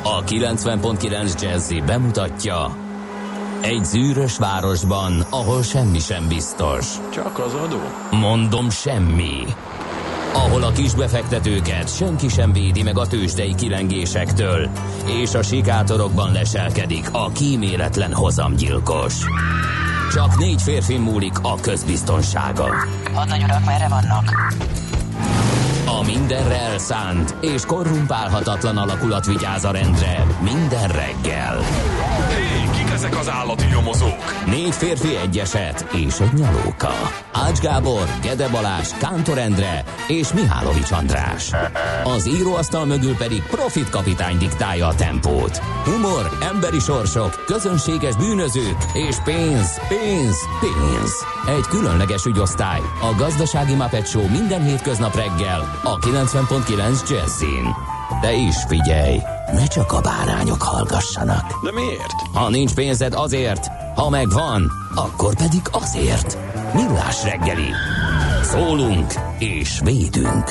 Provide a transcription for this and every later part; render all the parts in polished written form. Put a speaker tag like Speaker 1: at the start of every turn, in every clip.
Speaker 1: A 90.9 Jazzy bemutatja: egy zűrös városban, ahol semmi sem biztos.
Speaker 2: Csak az adó?
Speaker 1: Mondom, semmi. Ahol a kisbefektetőket senki sem védi meg a tőzsdei kilengésektől, és a sikátorokban leselkedik a kíméletlen hozamgyilkos. Csak 4 férfi múlik a közbiztonsága.
Speaker 3: Hadnagy urak, merre vannak?
Speaker 1: A mindenre elszánt és korrumpálhatatlan alakulat vigyáz a rendre minden reggel.
Speaker 2: Hé, kik ezek az állati nyomozók?
Speaker 1: 4 férfi, egy eset és egy nyalóka. Ács Gábor, Gede Balázs, Kántor Endre és Mihálovics András. Az íróasztal mögül pedig Profit kapitány diktálja a tempót. Humor, emberi sorsok, közönséges bűnözők és pénz, pénz, pénz. Egy különleges ügyosztály, a Gazdasági Muppet Show minden hétköznap reggel a 90.9 Jazzin. De is figyelj, ne csak a bárányok hallgassanak.
Speaker 2: De miért?
Speaker 1: Ha nincs pénzed, azért, ha megvan, akkor pedig azért. Millás reggeli. Szólunk és védünk.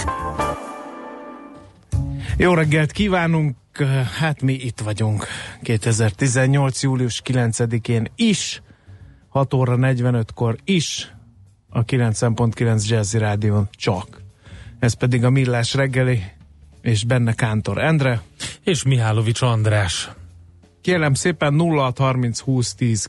Speaker 4: Jó reggelt kívánunk, hát mi itt vagyunk 2018. július 9-én is, 6 óra 45-kor is, a 90.9 Jazzy Rádión csak. Ez pedig a Millás reggeli, és benne Kántor Endre.
Speaker 5: És Mihálovics András.
Speaker 4: Kérem szépen 0630 20 10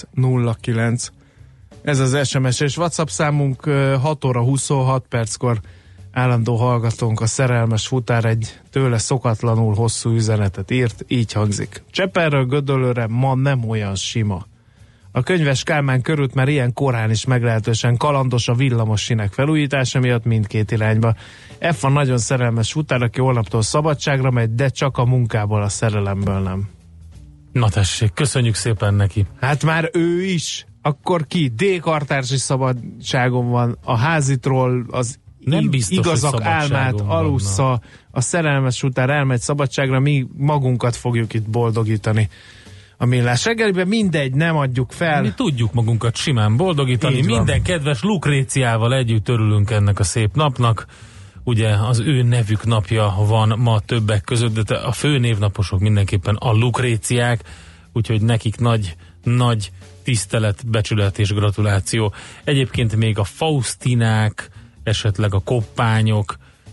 Speaker 4: 909. Ez az SMS és WhatsApp számunk. 6 óra 26 perckor állandó hallgatónk, a szerelmes futár egy tőle szokatlanul hosszú üzenetet írt, így hangzik: Cseperről Gödöllőre ma nem olyan sima. A Könyves Kálmán körút már ilyen korán is meglehetősen kalandos a villamos sínek felújítása miatt mindkét irányba. F van nagyon szerelmes futár, aki holnaptól szabadságra megy, de csak a munkából, a szerelemből nem.
Speaker 5: Na tessék, köszönjük szépen neki.
Speaker 4: Hát már ő is. Akkor ki? D-kartársi szabadságon van, a házitról az
Speaker 5: nem biztos,
Speaker 4: igazak álmát alussza, a szerelmes futár elmegy szabadságra, mi magunkat fogjuk itt boldogítani. A Millás reggeliben mindegy, nem adjuk fel.
Speaker 5: Mi tudjuk magunkat simán boldogítani. Minden kedves Lukréciával együtt örülünk ennek a szép napnak. Ugye az ő nevük napja van ma többek között, de a fő névnaposok mindenképpen a Lukréciák, úgyhogy nekik nagy tisztelet, becsület és gratuláció. Egyébként még a Faustinák, esetleg a Koppányok,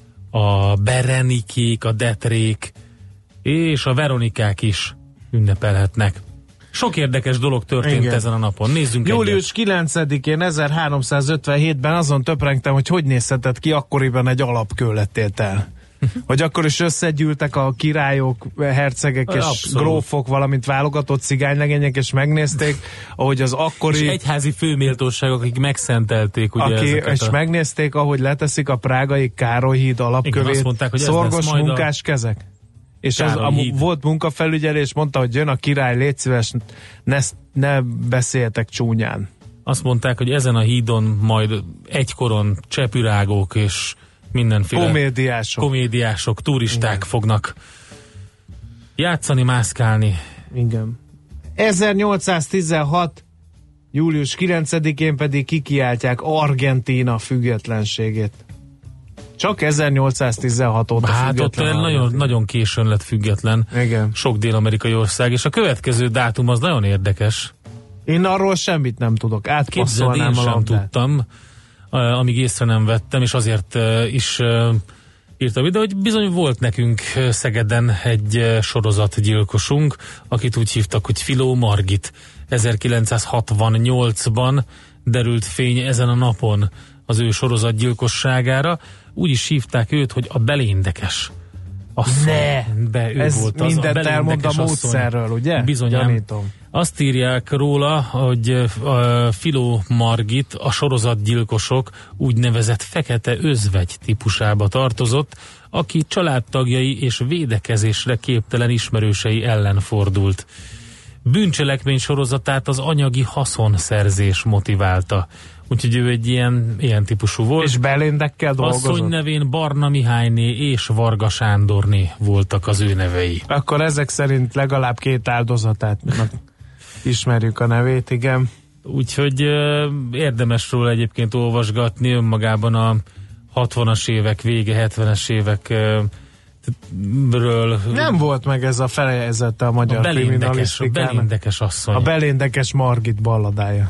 Speaker 5: a Berenikék, a Detrék és a Veronikák is ünnepelhetnek. Sok érdekes dolog történt ezen a napon. Nézzünk
Speaker 4: július 9-én 1357-ben azon töprengtem, hogy nézhetett ki akkoriban egy alapkő lettél el. Hogy akkor is összegyűltek a királyok, hercegek és grófok, valamint válogatott cigánylegények, és megnézték, ahogy az akkori...
Speaker 5: És egyházi főméltóságok, akik megszentelték ugye ezeket.
Speaker 4: És megnézték, ahogy leteszik a prágai Károly híd alapkövét.
Speaker 5: Igen, mondták, hogy
Speaker 4: szorgos munkás kezek. És volt munkafelügyelés, mondta, hogy jön a király, légy szíves, ne beszéljetek csúnyán.
Speaker 5: Azt mondták, hogy ezen a hídon majd egykoron csepürágók és mindenféle komédiások, turisták fognak játszani, mászkálni.
Speaker 4: Igen. 1816. július 9-én pedig kikiáltják Argentína függetlenségét. Csak 1816 óta
Speaker 5: hát
Speaker 4: független.
Speaker 5: Hát ott nagyon későn lett független.
Speaker 4: Igen.
Speaker 5: Sok dél-amerikai ország, és a következő dátum az nagyon érdekes.
Speaker 4: Én arról semmit nem tudok. Átpasszolnám a labdát.
Speaker 5: Tudtam, amíg észre nem vettem, és azért is írtam ide, hogy bizony volt nekünk Szegeden egy sorozatgyilkosunk, akit úgy hívtak, hogy Filó Margit. 1968-ban derült fény ezen a napon az ő sorozatgyilkosságára. Úgy is hívták őt, hogy a beléndekes asszony.
Speaker 4: De ő ez volt az, mindent elmond a módszerről, ugye?
Speaker 5: Bizonyám. Azt írják róla, hogy Filó Margit a sorozatgyilkosok úgynevezett fekete özvegy típusába tartozott, aki családtagjai és védekezésre képtelen ismerősei ellen fordult. Bűncselekmény sorozatát az anyagi haszonszerzés motiválta. Úgyhogy ő egy ilyen típusú volt.
Speaker 4: És beléndekkel dolgozott.
Speaker 5: Asszony nevén Barna Mihályné és Varga Sándorné voltak az ő nevei.
Speaker 4: Akkor ezek szerint legalább 2 áldozatát ismerjük a nevét, igen.
Speaker 5: Úgyhogy érdemes róla egyébként olvasgatni, önmagában a 60-as évek vége, 70-es évek
Speaker 4: Nem volt meg ez a felejezete a magyar kriminalisztikának.
Speaker 5: Beléndekes asszony.
Speaker 4: A beléndekes Margit balladája.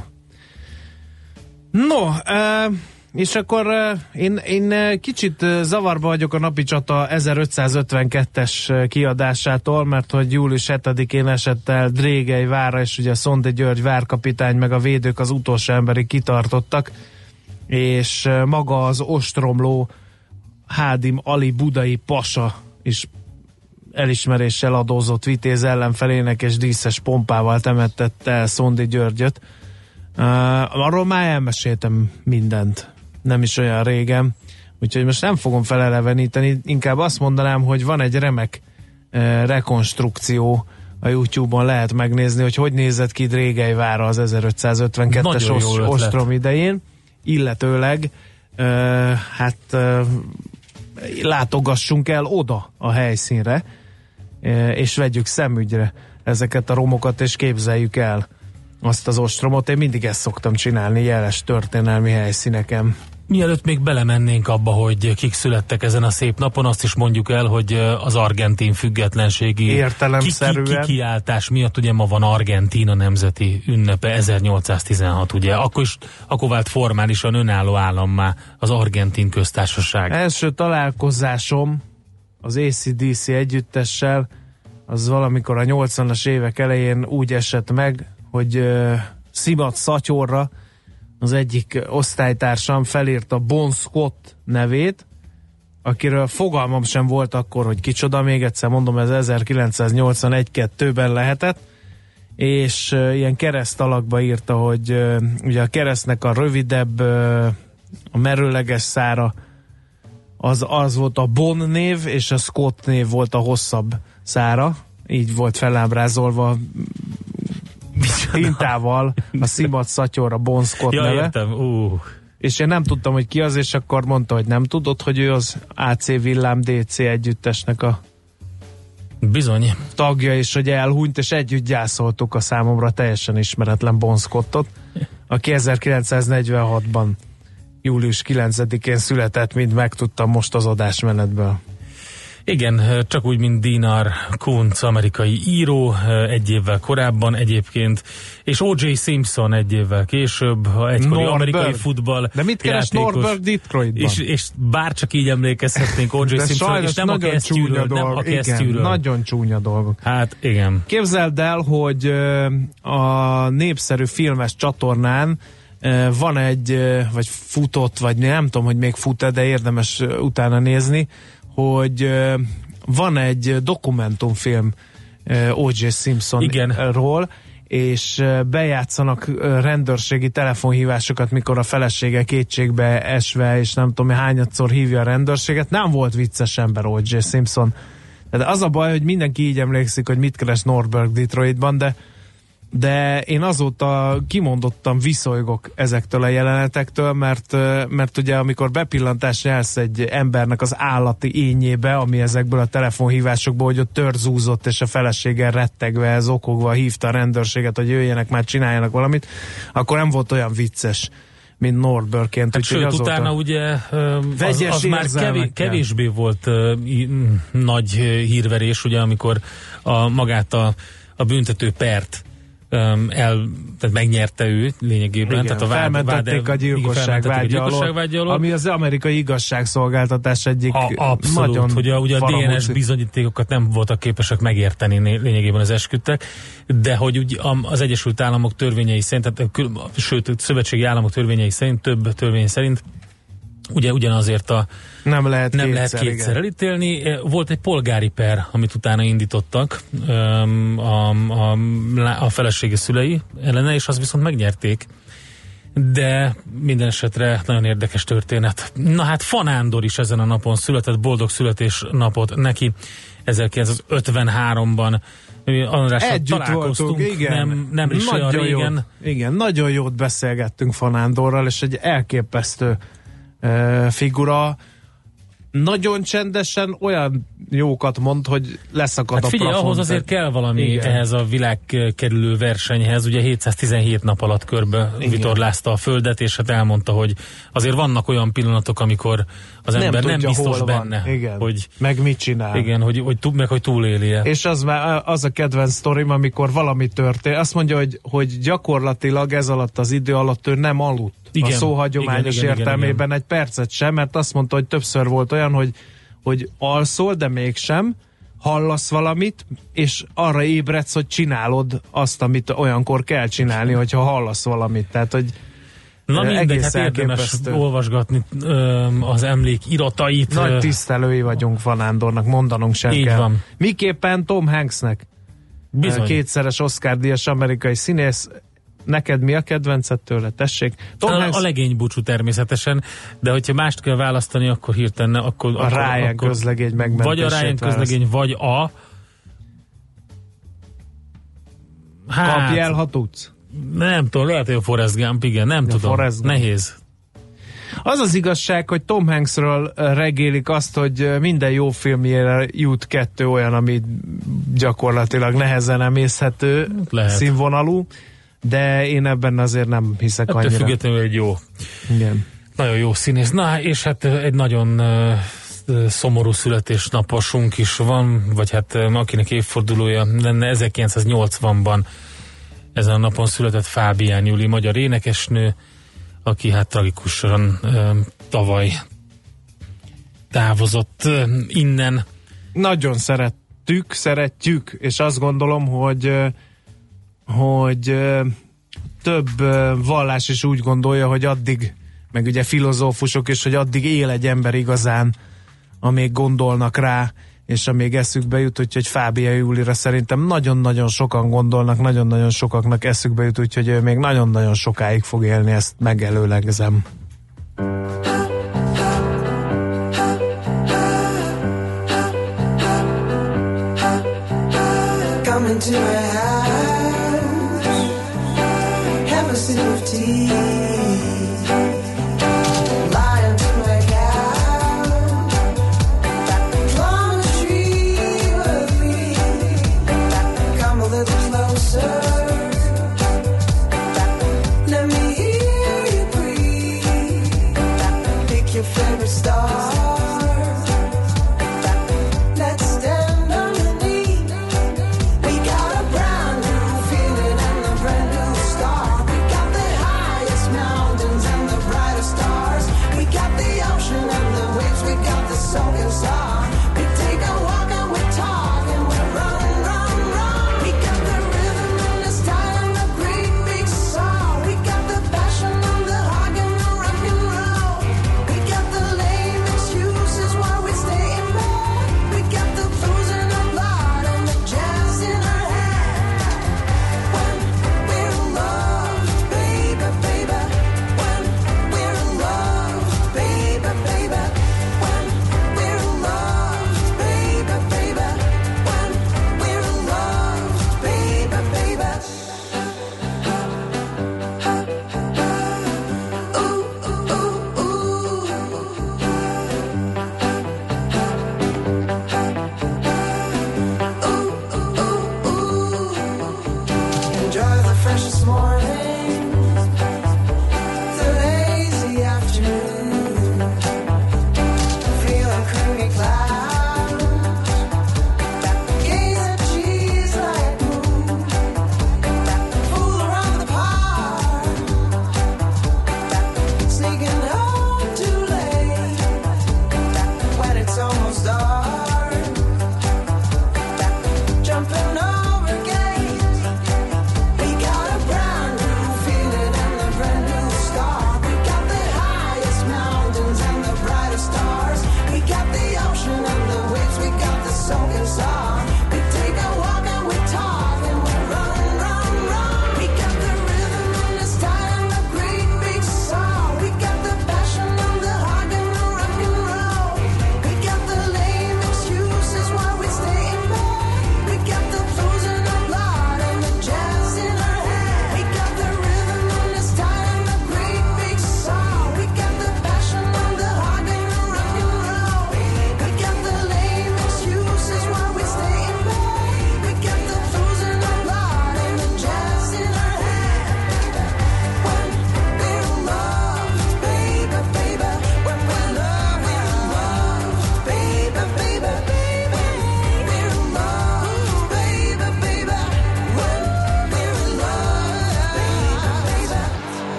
Speaker 4: No, és akkor én kicsit zavarba vagyok a Napi Csata 1552-es kiadásától, mert hogy július 7-én esett el Drégely vára, és ugye Szonday György várkapitány meg a védők az utolsó emberig kitartottak, és maga az ostromló Hádim Ali budai pasa is elismeréssel adózott Vitéz ellenfelének, és díszes pompával temetette el Szonday Györgyöt. Arról már elmeséltem mindent, nem is olyan régen, úgyhogy most nem fogom feleleveníteni, inkább azt mondanám, hogy van egy remek rekonstrukció a YouTube-on, lehet megnézni, hogy nézett ki Drégely vára az 1552-es ostrom idején, illetőleg látogassunk el oda a helyszínre, és vegyük szemügyre ezeket a romokat, és képzeljük el azt az ostromot. Én mindig ezt szoktam csinálni jeles történelmi helyszíneken.
Speaker 5: Mielőtt még belemennénk abba, hogy kik születtek ezen a szép napon, azt is mondjuk el, hogy az argentin függetlenségi
Speaker 4: értelemszerűen
Speaker 5: kikiáltás miatt ugye ma van Argentína nemzeti ünnepe, 1816 ugye, akkor vált formálisan önálló állammá az Argentin köztársaság.
Speaker 4: Első találkozásom az AC/DC együttessel az valamikor a 80-as évek elején úgy esett meg, hogy Szimat Szatyorra az egyik osztálytársam felírta Bon Scott nevét, akiről fogalmam sem volt akkor, hogy kicsoda, még egyszer mondom, ez 1981-2-ben lehetett, és ilyen kereszt alakba írta, hogy ugye a keresztnek a rövidebb, a merőleges szára az volt a Bon név, és a Scott név volt a hosszabb szára, így volt felábrázolva tintával a Szimat Szatyor, a Bon Scott neve.
Speaker 5: Értem.
Speaker 4: És én nem tudtam, hogy ki az, és akkor mondta, hogy nem tudod, hogy ő az AC Villám DC együttesnek a
Speaker 5: bizony
Speaker 4: tagja, és hogy elhunyt, és együtt gyászoltuk a számomra teljesen ismeretlen Bon Scottot, aki 1946-ban július 9-én született, mint megtudtam most az adásmenetből.
Speaker 5: Igen, csak úgy, mint Dinar Kuntz, amerikai író, egy évvel korábban egyébként, és O.J. Simpson egy évvel később, egykori amerikai futball.
Speaker 4: De mit keres Norberg Detroitban?
Speaker 5: És bárcsak így emlékezhetnénk O.J. Simpson, és nem a kesztyűről.
Speaker 4: Nagyon csúnya dolgok.
Speaker 5: Hát igen.
Speaker 4: Képzeld el, hogy a népszerű filmes csatornán van egy, vagy futott, vagy nem tudom, hogy még fut-e, de érdemes utána nézni, hogy van egy dokumentumfilm O.J. Simpsonról, és bejátszanak rendőrségi telefonhívásokat, mikor a felesége kétségbe esve, és nem tudom, hányadszor hívja a rendőrséget. Nem volt vicces ember O.J. Simpson. De az a baj, hogy mindenki így emlékszik, hogy mit keres Norberg Detroitban, de én azóta kimondottan viszolygok ezektől a jelenetektől, mert ugye amikor bepillantás nyelsz egy embernek az állati ényébe, ami ezekből a telefonhívásokból, hogy ott törzúzott, és a feleséggel rettegve, zokogva hívta a rendőrséget, hogy jöjjenek már, csináljanak valamit, akkor nem volt olyan vicces, mint Norbergként.
Speaker 5: Hát sőt, utána ugye az már kevésbé volt nagy hírverés, ugye, amikor magát a büntető pert tehát megnyerte ő lényegében.
Speaker 4: Igen,
Speaker 5: tehát
Speaker 4: felmentették a gyilkosság vágya alól, ami az amerikai igazságszolgáltatás egyik
Speaker 5: abszolút,
Speaker 4: nagyon
Speaker 5: hogy ugye a DNS bizonyítékokat nem voltak képesek megérteni lényegében az esküdtek, de hogy az Egyesült Államok törvényei szerint, sőt, szövetségi államok törvényei szerint, több törvény szerint ugye ugyanazért
Speaker 4: nem lehet
Speaker 5: kétszer elítélni. Volt egy polgári per, amit utána indítottak a felesége szülei ellene, és azt viszont megnyerték. De minden esetre nagyon érdekes történet. Na hát Fanándor is ezen a napon született, boldog születésnapot neki 1953-ban. Andrással találkoztunk,
Speaker 4: igen.
Speaker 5: Nem is olyan régen.
Speaker 4: Igen, nagyon jót beszélgettünk Fanándorral, és egy elképesztő figura. nagyon csendesen olyan jókat mond, hogy leszakad a
Speaker 5: figyelj,
Speaker 4: plafon.
Speaker 5: ahhoz azért kell valami. Igen. Ehhez a világkerülő versenyhez. Ugye 717 nap alatt körbe vitorlázta a Földet, és hát elmondta, hogy azért vannak olyan pillanatok, amikor az ember nem biztos benne, hogy
Speaker 4: meg mit csinál.
Speaker 5: Igen, hogy túlélje.
Speaker 4: És az már az a kedvenc sztorim, amikor valami történt. Azt mondja, hogy gyakorlatilag ez alatt az idő alatt ő nem aludt. Igen, a szó hagyományos értelmében egy percet sem, mert azt mondta, hogy többször volt olyan, hogy alszol, de mégsem, hallasz valamit, és arra ébredsz, hogy csinálod azt, amit olyankor kell csinálni, hogyha hallasz valamit. Tehát, hogy
Speaker 5: na mindegy, hát érdemes olvasgatni az emlék iratait.
Speaker 4: Nagy tisztelői vagyunk Van Ándornak, mondanunk sem
Speaker 5: így
Speaker 4: kell.
Speaker 5: Van.
Speaker 4: Miképpen Tom Hanksnek, kétszeres Oscar-díjas amerikai színész. Neked mi a kedvenced tőle? Tessék.
Speaker 5: A legény búcsú természetesen, de hogyha mást kell választani, akkor hirtelen akkor
Speaker 4: Ryan közlegény megmentését.
Speaker 5: Vagy a Ryan közlegény, vagy a
Speaker 4: kapj el, ha tudsz.
Speaker 5: Nem tudom, lehet, hogy a Forrest Gump, igen, nem tudom. Nehéz.
Speaker 4: Az az igazság, hogy Tom Hanksről regélik azt, hogy minden jó filmjére jut 2 olyan, ami gyakorlatilag nehezen emészhető színvonalú, de én ebben azért nem hiszek annyira.
Speaker 5: Ettől függetlenül egy jó.
Speaker 4: Igen.
Speaker 5: Nagyon jó színész. Na, és hát egy nagyon szomorú születésnaposunk is van, vagy hát akinek évfordulója lenne 1980-ban ezen a napon született Fábián Júli, magyar énekesnő, aki hát tragikusan tavaly távozott innen.
Speaker 4: Nagyon szeretjük, és azt gondolom, hogy több vallás is úgy gondolja, hogy addig, meg ugye filozófusok is, hogy addig él egy ember igazán, amíg gondolnak rá, és amíg eszükbe jut, úgyhogy Fábián Júlira szerintem nagyon-nagyon sokan gondolnak, nagyon-nagyon sokaknak eszükbe jut, úgyhogy ő még nagyon-nagyon sokáig fog élni, ezt megelőlegzem. Coming to my house, have a sip of tea.
Speaker 6: Now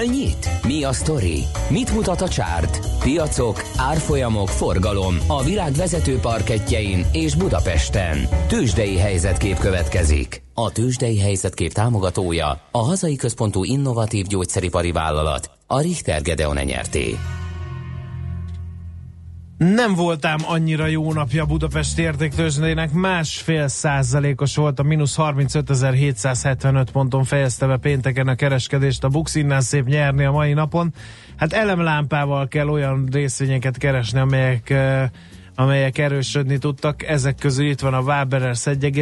Speaker 1: nyit? Mi a sztori? Mit mutat a csárt? Piacok, árfolyamok, forgalom a világ vezető parkettjein és Budapesten. Tőzsdei helyzetkép következik. A Tőzsdei helyzetkép támogatója a hazai központú innovatív gyógyszeripari vállalat, a Richter Gedeon Nyrt.
Speaker 4: Nem voltám annyira jó napja Budapest értéktőzsdének, 1,5%-os volt, a mínusz 35.775 ponton fejezte be pénteken a kereskedést a Bux, innen szép nyerni a mai napon. Hát elemlámpával kell olyan részvényeket keresni, amelyek erősödni tudtak. Ezek közül itt van a Waberers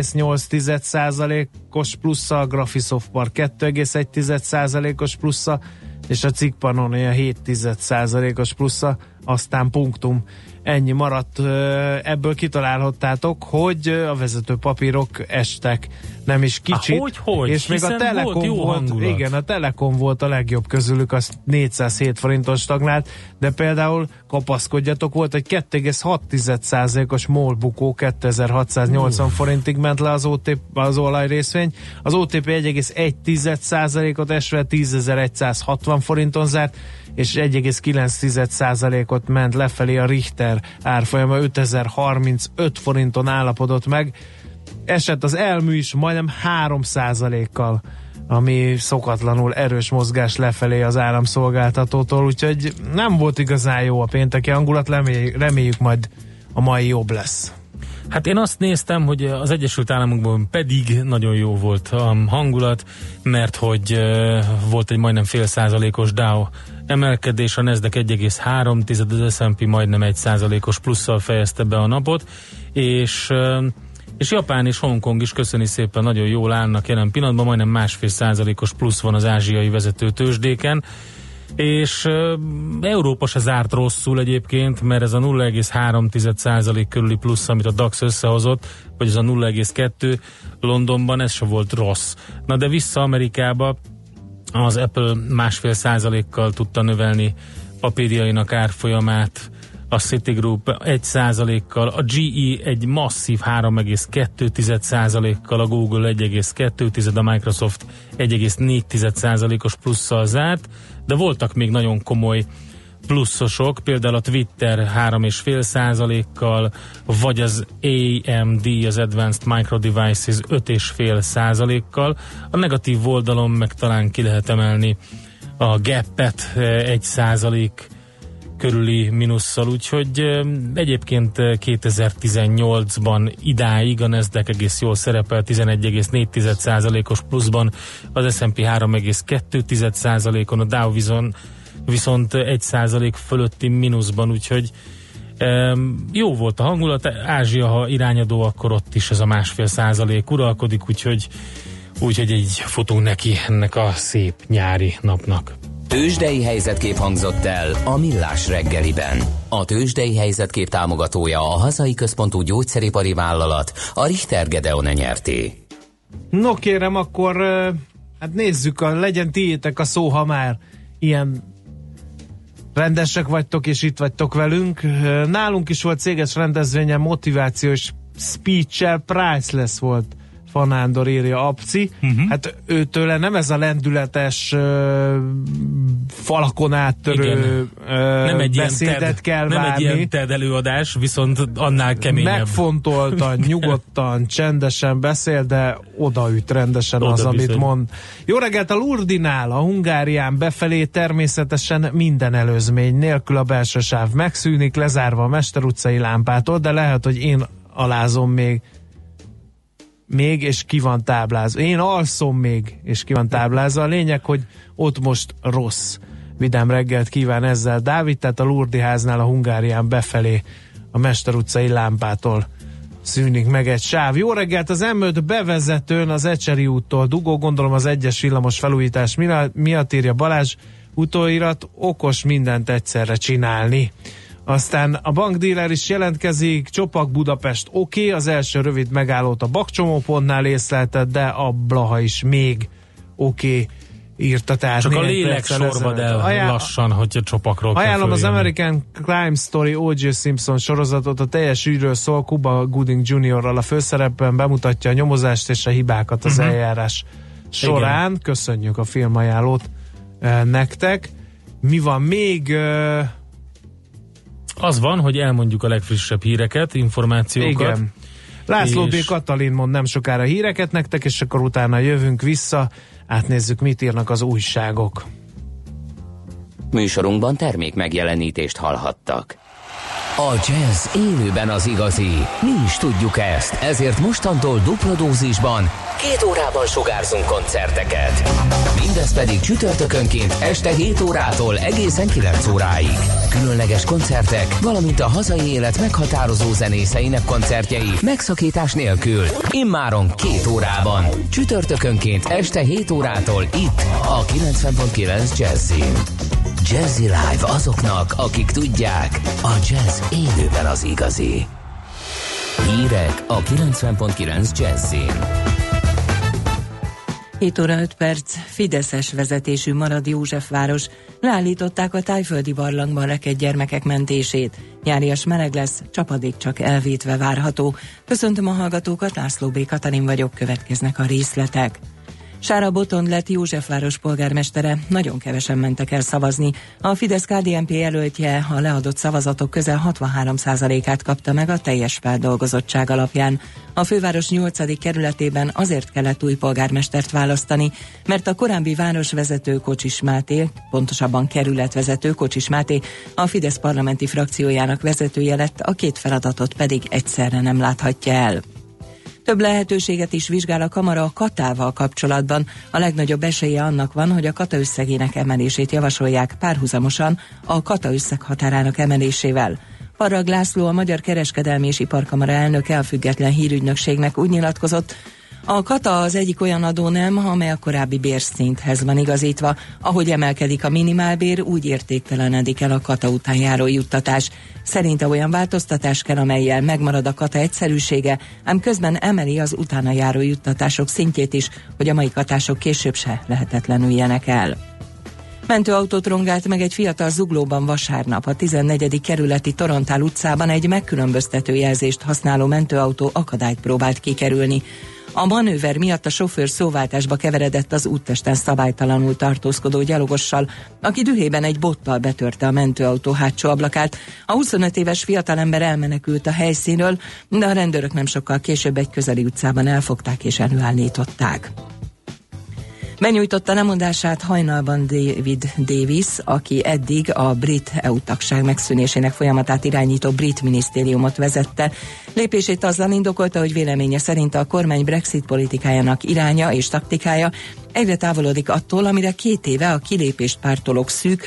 Speaker 4: 1,8%-os plusza, a Graphisoft Park 2,1%-os plusza, és a Cikk Pannonia 0,7%-os plusza, aztán punktum. Ennyi maradt. Ebből kitalálhattátok, hogy a vezető papírok estek nem is kicsit.
Speaker 5: Hogy?
Speaker 4: És még a Telekom volt, igen, a Telekom volt a legjobb közülük, az 407 forinton stagnált, de például kapaszkodjatok, volt egy 2,6%-os MOL bukó, 2680 forintig ment le az olaj részvény, az OTP 1,1%-ot esve 10.160 forinton zárt, és 1,9%-ot ment lefelé a Richter árfolyama, 5035 forinton állapodott meg. Esett az Elmű is majdnem 3%-kal, ami szokatlanul erős mozgás lefelé az államszolgáltatótól, úgyhogy nem volt igazán jó a pénteki hangulat, reméljük majd a mai jobb lesz.
Speaker 5: Hát én azt néztem, hogy az Egyesült Államokban pedig nagyon jó volt a hangulat, mert hogy volt egy majdnem 0,5%-os Dow emelkedés, a Nasdaq 1,3, az S&P majdnem 1%-os plusszal fejezte be a napot, és Japán és Hongkong is köszöni szépen, nagyon jól állnak jelen pillanatban, majdnem 1,5%-os plusz van az ázsiai vezető tőzsdéken, és Európa se zárt rosszul egyébként, mert ez a 0,3% körüli plusz, amit a DAX összehozott, vagy ez a 0,2 Londonban, ez se volt rossz. Na de vissza Amerikába, az Apple 1,5%-kal tudta növelni papírjainak árfolyamát, a Citigroup 1%-kal, a GE egy masszív 3,2%-kal, a Google 1,2%, a Microsoft 1,4%-os plusszal zárt, de voltak még nagyon komoly pluszosok, például a Twitter 3,5%-kal, vagy az AMD, az Advanced Micro Devices 5,5%-kal. A negatív oldalon meg talán ki lehet emelni a Gap-et 1% körüli minusszal, úgyhogy egyébként 2018-ban idáig a Nasdaq egész jól szerepel, 11,4%-os pluszban, az S&P 3,2%-on, a Dow viszont 1% fölötti mínuszban, úgyhogy jó volt a hangulat. Ázsia, ha irányadó, akkor ott is ez a 1,5% uralkodik, úgyhogy így futunk neki ennek a szép nyári napnak.
Speaker 1: Tőzsdei helyzetkép hangzott el a Millás reggeliben. A Tőzsdei helyzetkép támogatója a hazai központú gyógyszeripari vállalat, a Richter Gedeon Nyrt.
Speaker 4: No kérem, akkor hát nézzük, legyen tiétek a szó, ha már ilyen rendesek vagytok és itt vagytok velünk. Nálunk is volt céges rendezvényen motivációs speech-el, priceless volt. Fanándor írja Apci. Hát őtőle nem ez a lendületes falakon áttörő beszédet kell
Speaker 5: nem
Speaker 4: várni.
Speaker 5: Nem egy ilyen TED előadás, viszont annál keményebb.
Speaker 4: Megfontoltan, nyugodtan, csendesen beszél, de odaüt rendesen az, amit mond. Jó reggelt, a Lourdinál, a Hungárián befelé természetesen minden előzmény nélkül a belső sáv megszűnik, lezárva a Mester utcai lámpától, de lehet, hogy én alázom még és ki van táblázva. Én alszom még, és ki van táblázva. A lényeg, hogy ott most rossz. Vidám reggelt kíván ezzel Dávid, tehát a Lourdi háznál a Hungárián befelé a Mester utcai lámpától szűnik meg egy sáv. Jó reggelt, az M5 bevezetőn az Ecseri úttól dugó, gondolom az egyes villamos felújítás miatt, írja Balázs, utóirat, okos mindent egyszerre csinálni. Aztán a bankdíler is jelentkezik, Csopak Budapest oké, az első rövid megállót a bakcsomópontnál észlelted, de a Blaha is még oké, írta. Tehát
Speaker 5: csak a lélek sorvad el lassan, hogy a Csopakról kell
Speaker 4: ajánlom
Speaker 5: följönni.
Speaker 4: Az American Crime Story O.J. Simpson sorozatot, a teljes ügyről szól, Cuba Gooding Jr.-ral a főszerepben, bemutatja a nyomozást és a hibákat az eljárás során. Igen. Köszönjük a filmajánlót nektek. Mi van még?
Speaker 5: Az van, hogy elmondjuk a legfrissebb híreket, információkat.
Speaker 4: Igen. László B. Katalin mond nem sokára híreket nektek, és akkor utána jövünk vissza, átnézzük, mit írnak az újságok.
Speaker 1: Műsorunkban termék megjelenítést hallhattak. A jazz élőben az igazi. Mi is tudjuk ezt, ezért mostantól dupla dózisban 2 órában sugárzunk koncerteket. Mindez pedig csütörtökönként este 7 órától egészen 9 óráig. Különleges koncertek, valamint a hazai élet meghatározó zenészeinek koncertjei megszakítás nélkül. Immáron 2 órában. Csütörtökönként este 7 órától itt a 90.9 Jazzin. Jazzy Live azoknak, akik tudják, a jazz élőben az igazi. Hírek a 90.9 Jazzin.
Speaker 6: 7 óra 5 perc, fideszes vezetésű Marad Józsefváros. Leállították a Tájföldi barlangban rekedt gyermekek mentését. Nyárias meleg lesz, csapadék csak elvétve várható. Köszöntöm a hallgatókat, László B. Katalin vagyok, következnek a részletek. Sára Botond lett Józsefváros polgármestere, nagyon kevesen mentek el szavazni. A Fidesz-KDNP jelöltje a leadott szavazatok közel 63%-át kapta meg a teljes feldolgozottság alapján. A főváros 8. kerületében azért kellett új polgármestert választani, mert a korábbi városvezető Kocsis Máté, pontosabban kerületvezető Kocsis Máté a Fidesz parlamenti frakciójának vezetője lett, a 2 feladatot pedig egyszerre nem láthatja el. Több lehetőséget is vizsgál a kamara a katával kapcsolatban. A legnagyobb esélye annak van, hogy a kata összegének emelését javasolják párhuzamosan a kata összeghatárának emelésével. Farag László, a Magyar Kereskedelmi és Iparkamara elnöke a független hírügynökségnek úgy nyilatkozott, a kata az egyik olyan adónem, amely a korábbi bérszinthez van igazítva. Ahogy emelkedik a minimálbér, úgy értéktelenedik el a kata után járó juttatás. Szerinte olyan változtatás kell, amellyel megmarad a kata egyszerűsége, ám közben emeli az utána járó juttatások szintjét is, hogy a mai katások később se lehetetlenüljenek el. Mentőautót rongált meg egy fiatal Zuglóban vasárnap. A 14. kerületi Torontál utcában egy megkülönböztető jelzést használó mentőautó akadályt próbált kikerülni. A manőver miatt a sofőr szóváltásba keveredett az úttesten szabálytalanul tartózkodó gyalogossal, aki dühében egy bottal betörte a mentőautó hátsó ablakát. A 25 éves fiatalember elmenekült a helyszínről, de a rendőrök nem sokkal később egy közeli utcában elfogták és előállították. Benyújtotta lemondását hajnalban David Davis, aki eddig a brit EU tagság megszűnésének folyamatát irányító brit minisztériumot vezette. Lépését azzal indokolta, hogy véleménye szerint a kormány Brexit politikájának iránya és taktikája egyre távolodik attól, amire 2 éve a kilépést pártolók szűk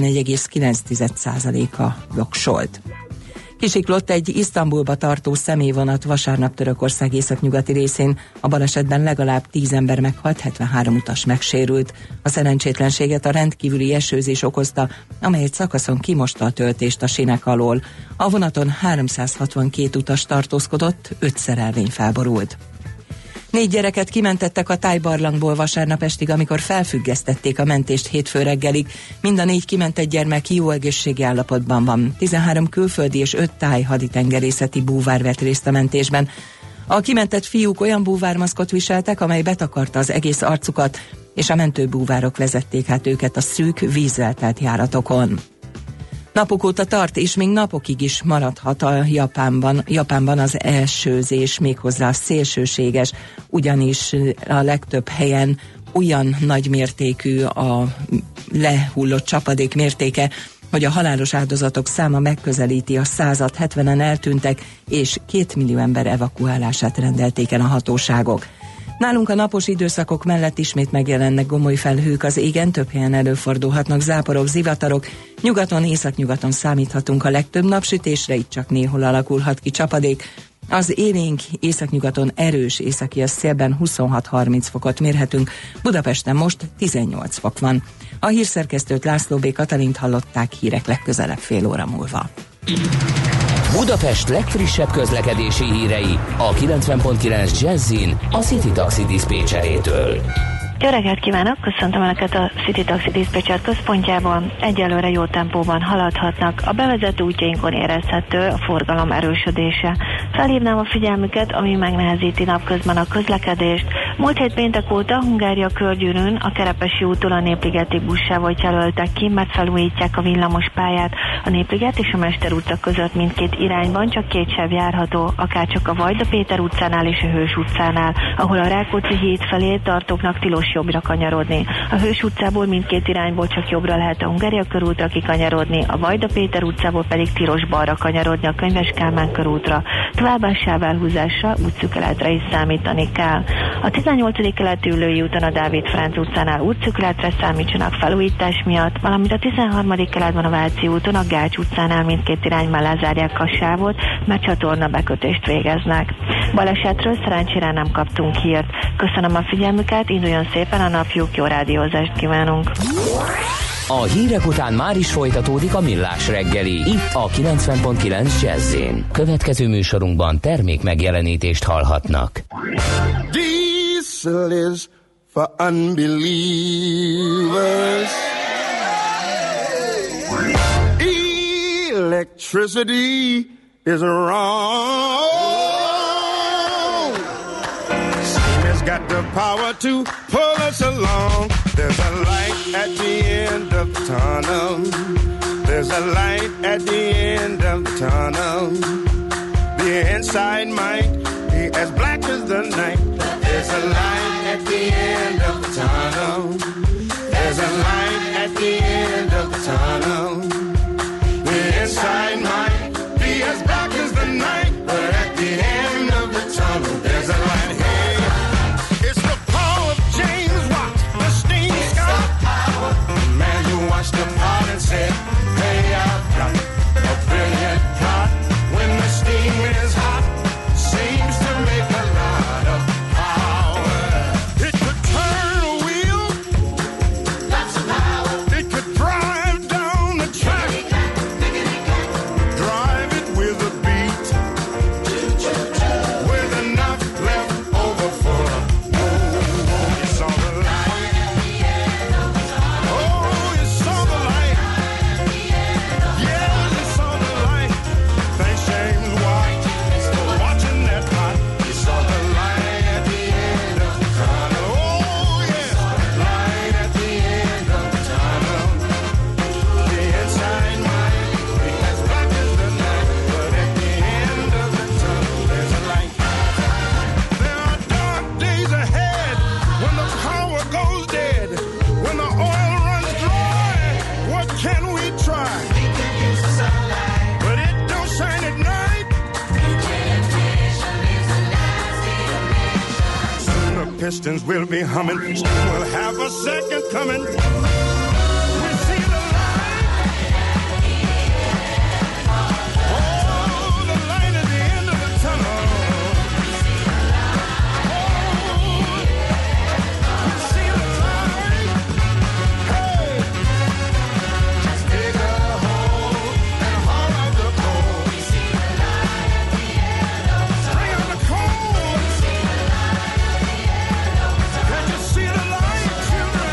Speaker 6: 51,9%-a jogsolt. Kisiklott egy Isztambulba tartó személyvonat vasárnap Törökország északnyugati részén. A balesetben legalább 10 ember meghalt, 73 utas megsérült. A szerencsétlenséget a rendkívüli esőzés okozta, amely egy szakaszon kimosta a töltést a sínek alól. A vonaton 362 utas tartózkodott, 5 szerelvény felborult. 4 gyereket kimentettek a tájbarlangból vasárnap estig, amikor felfüggesztették a mentést hétfő reggelig. Mind a 4 kimentett gyermek jó egészségi állapotban van. 13 külföldi és 5 táj haditengerészeti búvár vett részt a mentésben. A kimentett fiúk olyan búvármaszkot viseltek, amely betakarta az egész arcukat, és a mentőbúvárok vezették át őket a szűk, vízzel telt járatokon. Napok óta tart, és még napokig is maradhat a Japánban az esőzés, méghozzá szélsőséges, ugyanis a legtöbb helyen olyan nagy mértékű a lehullott csapadék mértéke, hogy a halálos áldozatok száma megközelíti a 100-at, 70-en eltűntek, és 2 millió ember evakuálását rendelték el a hatóságok. Nálunk a napos időszakok mellett ismét megjelennek gomoly felhők az égen, több helyen előfordulhatnak záporok, zivatarok, nyugaton, északnyugaton számíthatunk a legtöbb napsütésre, itt csak néhol alakulhat ki csapadék. Az élénk északnyugaton erős északias szélben 26-30 fokot mérhetünk, Budapesten most 18 fok van. A hírszerkesztőt, László B. Katalint hallották, hírek legközelebb fél óra múlva.
Speaker 1: Budapest legfrissebb közlekedési hírei a 90.9 Jazzin a City Taxi diszpécserétől.
Speaker 7: Jó reggelt kívánok, köszöntöm Önöket a City Taxi diszpécser központjában. Egyelőre jó tempóban haladhatnak. A bevezető útjainkon érezhető a forgalom erősödése. Felhívnám a figyelmüket, ami megnehezíti napközben a közlekedést. Múlt hét péntek óta Hungária körgyűrűn a Kerepesi úttól a Népligeti buszsávot jelöltek ki, mert felújítják a villamospályát. A Népliget és a Mester utca között mindkét irányban csak két sáv járható, akárcsak a Vajda Péter utcánál és a Hős utcánál, ahol a Rákóczi híd felé tartóknak tilos jobbra kanyarodni. A Hős utcából mindkét irányból csak jobbra lehet a Hungária körútra kikanyarodni, a Vajda Péter utcából pedig tilos balra kanyarodni a Könyves Kálmán körútra. Továbbá sávelhúzásra, útszűkületre is számítani kell. A 18. keleti Üllői úton a Dávid Fránc utcánál útszűkületre számítsanak felújítás miatt, valamint a 13. keletben a Váci úton a Gács utcánál mindkét irányban lezárják a sávot, mert csatorna bekötést végeznek. Balesetről szerencsére nem kaptunk hírt. Köszönöm a figyelmüket, induljon szépen a napjuk, jó rádiózást kívánunk!
Speaker 1: A hírek után már is folytatódik a Millás reggeli, itt a 90.9 Jazz-én. Következő műsorunkban termék megjelenítést hallhatnak.
Speaker 8: Diesel is for unbelievers. Electricity is wrong. Steam has got the power to pull us along. There's a light at the end of the tunnel. There's a light at the end of the tunnel. The inside might be as black as the night. There's a light at the end of the tunnel. There's a light at the end of the tunnel. The inside might be as black as the night, but at the end of the tunnel, there's a light. Hey, it's the power of James Watt, the steam scout. The man who watched the pot and said, hey, I've got a brilliant plot. When the steam is hot, seems to make a lot of power. It could turn a wheel, lots of power. It could drive down the track, drive it with a beat, with enough left over for a move. You saw the light, oh, you saw the light, yeah, you saw the light. Thanks James Watt for watching that pot. You saw the light at the end of the tunnel. Oh yeah, light at the end of the tunnel. The inside might be as black as the night, but at the end of the tunnel there's a light. There are dark days ahead when the power goes dead, when the oil runs dry. What can we try? But it don't shine at night. Soon the pistons will be humming. Soon we'll have a second coming. We see the light. Oh, the light at the end of the tunnel. Oh, we see the light. Hey, just dig a hole and haul out the coal. We see the light at the end of the tunnel. Bring out the coal. We see the light at the end of the tunnel. Can you see the light, children?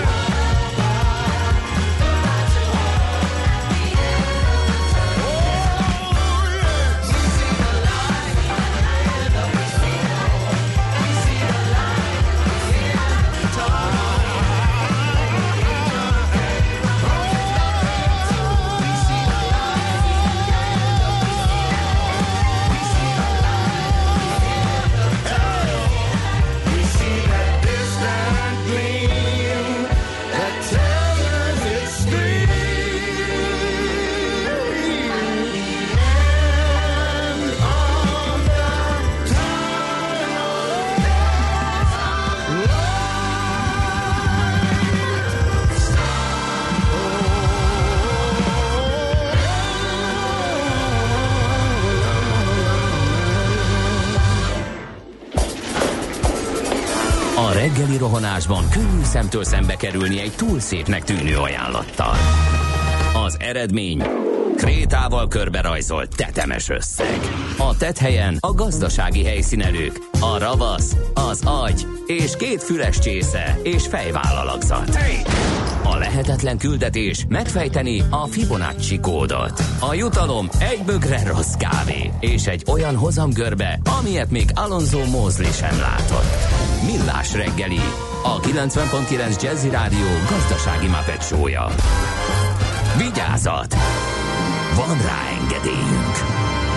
Speaker 8: We see that distant gleam that tells us it's stream. And on the
Speaker 1: A reggeli rohanásban könnyű szemtől szembe kerülni egy túl szépnek tűnő ajánlattal. Az eredmény krétával körberajzolt tetemes összeg. A tetthelyen a gazdasági helyszínelők, a ravasz, az agy és két füles csésze és fejvállalakzat. A lehetetlen küldetés megfejteni a Fibonacci kódot. A jutalom egy bögre rossz kávé és egy olyan hozamgörbe, amilyet még Alonso Mosley sem látott. Millás reggeli, a 90.9 Jazzy Rádió gazdasági Muppet show-ja. Vigyázat! Van rá engedélyünk!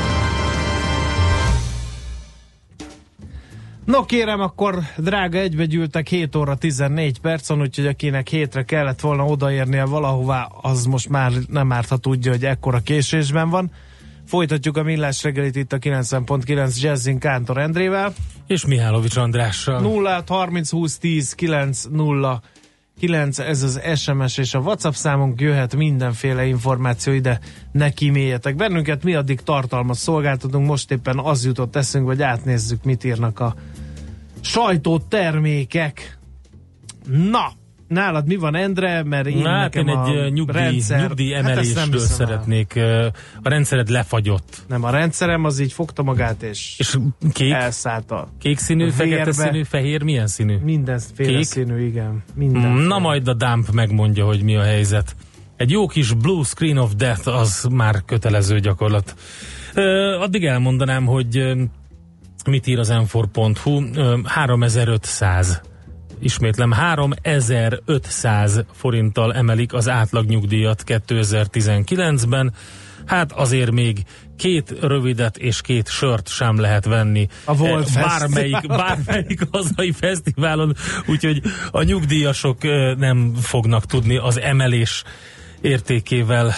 Speaker 4: No kérem, akkor drága, egybegyűltek 7 óra 14 percon, úgyhogy akinek hétre kellett volna odaérnie valahová, az most már nem árt, ha tudja, hogy ekkora késésben van. Folytatjuk a Millás reggelit itt a 90.9 Jazzin Kántor Endrével.
Speaker 5: És Mihálovics Andrással.
Speaker 4: 0 30 20 10 9 0 9, ez az SMS és a WhatsApp számunk, jöhet mindenféle információ ide, ne kíméljetek bennünket, mi addig tartalmat szolgáltatunk, most éppen az jutott eszünk, hogy átnézzük, mit írnak a sajtótermékek. Na, nálad mi van, Endre? Mert én nekem
Speaker 5: egy nyugdíj emelésről szeretnék. A rendszered lefagyott.
Speaker 4: Nem, a rendszerem az így fogta magát, és elszállt a
Speaker 5: kék színű, fekete színű, fehér, milyen színű?
Speaker 4: Mindenféle színű, igen.
Speaker 5: Na majd a Dump megmondja, hogy mi a helyzet. Egy jó kis Blue Screen of Death, az már kötelező gyakorlat. Addig elmondanám, hogy mit ír az m4.hu. 3500. Ismétlem, 3500 forinttal emelik az átlagnyugdíjat 2019-ben. Hát azért még 2 rövidet és 2 sört sem lehet venni
Speaker 4: a Volt
Speaker 5: bármelyik hazai fesztiválon, úgyhogy a nyugdíjasok nem fognak tudni az emelés értékével,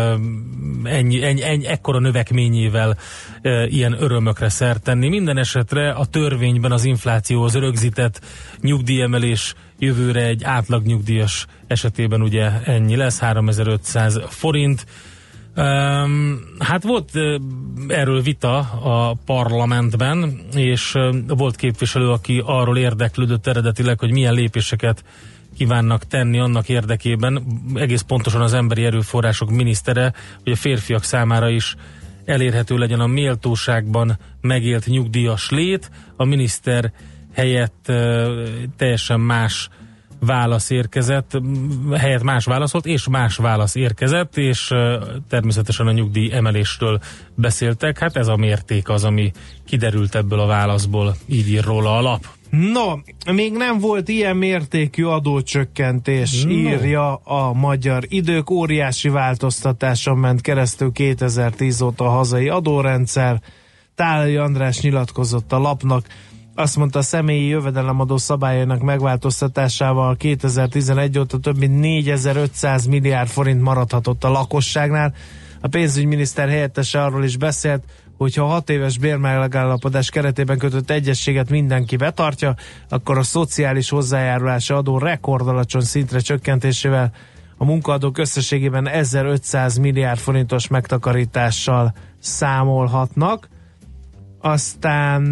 Speaker 5: ekkora növekményével ilyen örömökre szert tenni. Minden esetre a törvényben az inflációhoz rögzített nyugdíjemelés jövőre egy átlagnyugdíjas esetében ugye ennyi lesz, 3500 forint. Hát volt erről vita a parlamentben, és volt képviselő, aki arról érdeklődött eredetileg, hogy milyen lépéseket kívánnak tenni annak érdekében, egész pontosan az emberi erőforrások minisztere, hogy a férfiak számára is elérhető legyen a méltóságban megélt nyugdíjas lét. A miniszter helyett teljesen más válasz érkezett, helyett más válaszolt, és más válasz érkezett, és természetesen a nyugdíj emelésről beszéltek. Hát ez a mérték az, ami kiderült ebből a válaszból, így ír róla a lap.
Speaker 4: No, még nem volt ilyen mértékű adócsökkentés, írja a Magyar Idők. Óriási változtatáson ment keresztül 2010 óta a hazai adórendszer. Tálai András nyilatkozott a lapnak, azt mondta, a személyi jövedelemadó szabályainak megváltoztatásával 2011 óta több mint 4500 milliárd forint maradhatott a lakosságnál. A pénzügyminiszter helyettese arról is beszélt, hogyha a 6 éves bérmegállapodás keretében kötött egyezséget mindenki betartja, akkor a szociális hozzájárulási adó rekordalacsony szintre csökkentésével a munkaadók összességében 1500 milliárd forintos megtakarítással számolhatnak. Aztán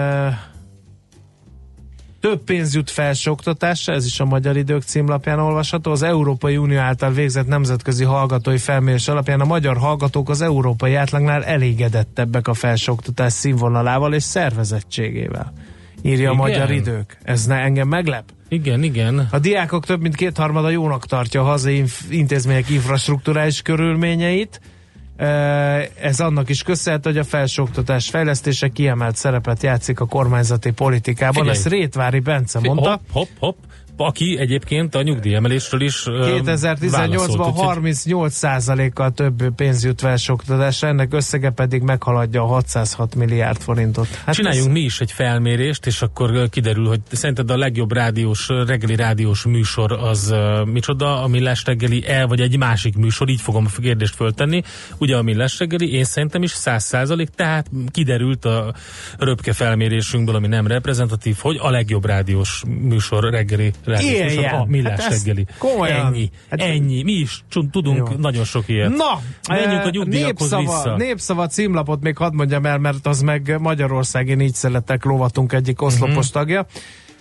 Speaker 4: több pénz jut felsőoktatásra, ez is a Magyar Idők címlapján olvasható. Az Európai Unió által végzett nemzetközi hallgatói felmérés alapján a magyar hallgatók az európai átlagnál elégedettebbek a felsőoktatás színvonalával és szervezettségével, írja a Magyar Idők. Ez engem meglep?
Speaker 5: Igen.
Speaker 4: A diákok több mint 2/3 jónak tartja a hazai intézmények infrastrukturális körülményeit. Ez annak is köszönhető, hogy a felsőoktatás fejlesztése kiemelt szerepet játszik a kormányzati politikában.
Speaker 5: Figyelj.
Speaker 4: Ezt Rétvári Bence mondta.
Speaker 5: Hopp. Aki egyébként a nyugdíjemelésről is
Speaker 4: 2018-ban 38%-kal több pénz jut felsőoktatásra, ennek összege pedig meghaladja a 606 milliárd forintot. Hát
Speaker 5: csináljunk mi is egy felmérést, és akkor kiderül, hogy szerinted a legjobb reggeli rádiós műsor az micsoda, a Millás reggeli vagy egy másik műsor, így fogom a kérdést föltenni. Ugye a Millás reggeli, én szerintem is 100%, tehát kiderült a röpke felmérésünkből, ami nem reprezentatív, hogy a legjobb rádiós műsor reggeli a Millás reggeli. Ennyi. Mi is tudunk nagyon sok ilyet.
Speaker 4: Na,
Speaker 5: menjünk a nyugdíjakhoz vissza.
Speaker 4: Népszava címlapot még hadd mondjam el, mert az meg Magyarországi Négyszeletek lovatunk egyik oszlopos tagja.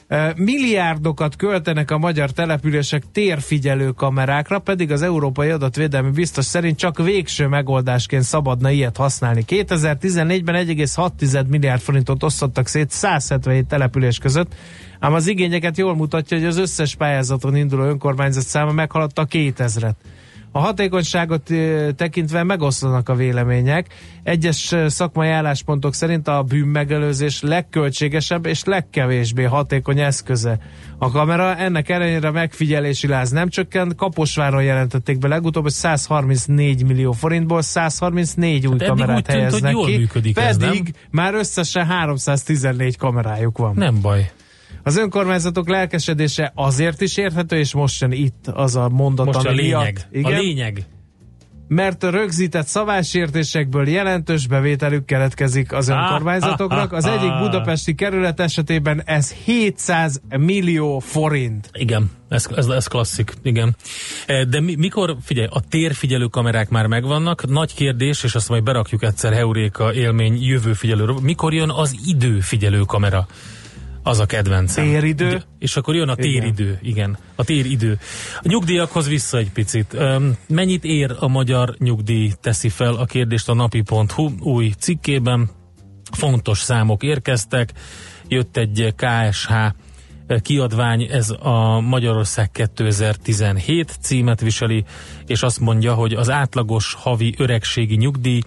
Speaker 4: Milliárdokat költenek a magyar települések térfigyelő kamerákra, pedig az Európai Adatvédelmi Biztos szerint csak végső megoldásként szabadna ilyet használni. 2014-ben 1,6 milliárd forintot osztottak szét 177 település között, ám az igényeket jól mutatja, hogy az összes pályázaton induló önkormányzat száma meghaladta 2000-et. A hatékonyságot tekintve megoszlanak a vélemények. Egyes szakmai álláspontok szerint a bűnmegelőzés legköltségesebb és legkevésbé hatékony eszköze a kamera. Ennek ellenére a megfigyelési láz nem csökkent. Kaposváron jelentették be legutóbb, hogy 134 millió forintból 134 új kamerát helyeznek ki. Pedig már összesen 314 kamerájuk van.
Speaker 5: Nem baj.
Speaker 4: Az önkormányzatok lelkesedése azért is érthető, és most jön itt az a mondat,
Speaker 5: most
Speaker 4: ami
Speaker 5: a lényeg.
Speaker 4: Miatt, igen,
Speaker 5: a lényeg.
Speaker 4: Mert a rögzített szabálysértésekből jelentős bevételük keletkezik az önkormányzatoknak. Az egyik budapesti kerület esetében ez 700 millió forint.
Speaker 5: Igen, ez klasszik, igen. De mikor, figyelj, a térfigyelő kamerák már megvannak, nagy kérdés, és azt majd berakjuk egyszer heuréka élmény jövőfigyelőről. Mikor jön az időfigyelő kamera? Az a kedvencem.
Speaker 4: Téridő?
Speaker 5: És akkor jön a téridő, igen. A téridő. A nyugdíjakhoz vissza egy picit. Mennyit ér a magyar nyugdíj, teszi fel a kérdést a napi.hu új cikkében. Fontos számok érkeztek. Jött egy KSH kiadvány, ez a Magyarország 2017 címet viseli, és azt mondja, hogy az átlagos havi öregségi nyugdíj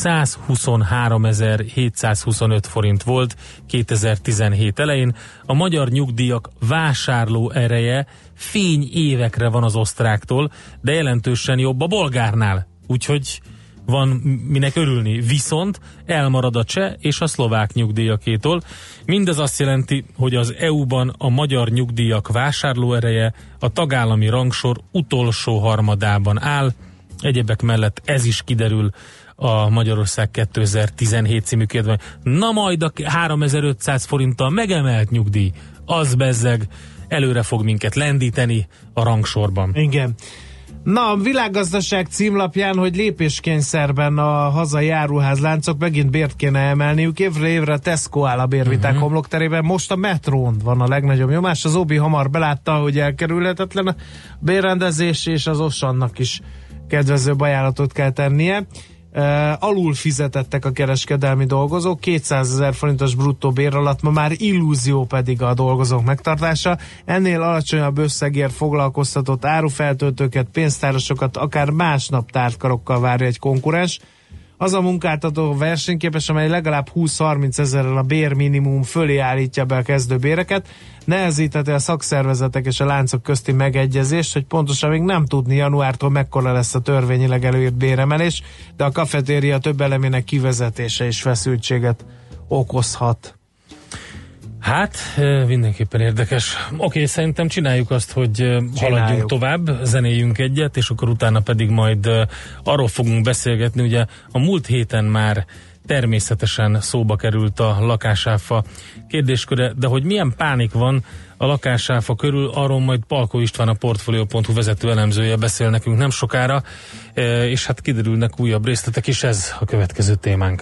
Speaker 5: 123.725 forint volt 2017 elején. A magyar nyugdíjak vásárló ereje fény évekre van az osztráktól, de jelentősen jobb a bolgárnál. Úgyhogy van minek örülni. Viszont elmarad a cseh és a szlovák nyugdíjakétól. Mindez azt jelenti, hogy az EU-ban a magyar nyugdíjak vásárló ereje a tagállami rangsor utolsó harmadában áll. Egyebek mellett ez is kiderül a Magyarország 2017 című kiadvány. Na majd a 3500 forinttal megemelt nyugdíj, az bezzeg előre fog minket lendíteni a rangsorban.
Speaker 4: Igen. Na, a Világgazdaság címlapján, hogy lépéskényszerben a hazai áruházláncok megint bért kéne emelniük. Évre évre a Tesco áll a bérviták homlokterében. Most a metrón van a legnagyobb nyomás. Az Obi hamar belátta, hogy elkerülhetetlen a bérrendezés, és az Osannak is kedvezőbb ajánlatot kell tennie. Alul fizetettek a kereskedelmi dolgozók, 200 000 forintos bruttó bér alatt ma már illúzió pedig a dolgozók megtartása. Ennél alacsonyabb összegért foglalkoztatott árufeltöltőket, pénztárasokat akár másnap tártkarokkal várja egy konkurens. Az a munkáltató versenyképes, amely legalább 20-30 ezerrel a bérminimum fölé állítja be a kezdőbéreket, nehezítheti a szakszervezetek és a láncok közti megegyezést, hogy pontosan még nem tudni januártól mekkora lesz a törvényileg előírt béremelés, de a kafetéria több elemének kivezetése is feszültséget okozhat.
Speaker 5: Hát, mindenképpen érdekes. Oké, szerintem csináljuk azt, hogy haladjunk tovább, zenéljünk egyet, és akkor utána pedig majd arról fogunk beszélgetni. Ugye a múlt héten már természetesen szóba került a lakásáfa kérdésköre, de hogy milyen pánik van a lakásáfa körül, arról majd Palkó István, a Portfolio.hu vezető elemzője beszél nekünk nem sokára, és hát kiderülnek újabb részletek, és ez a következő témánk.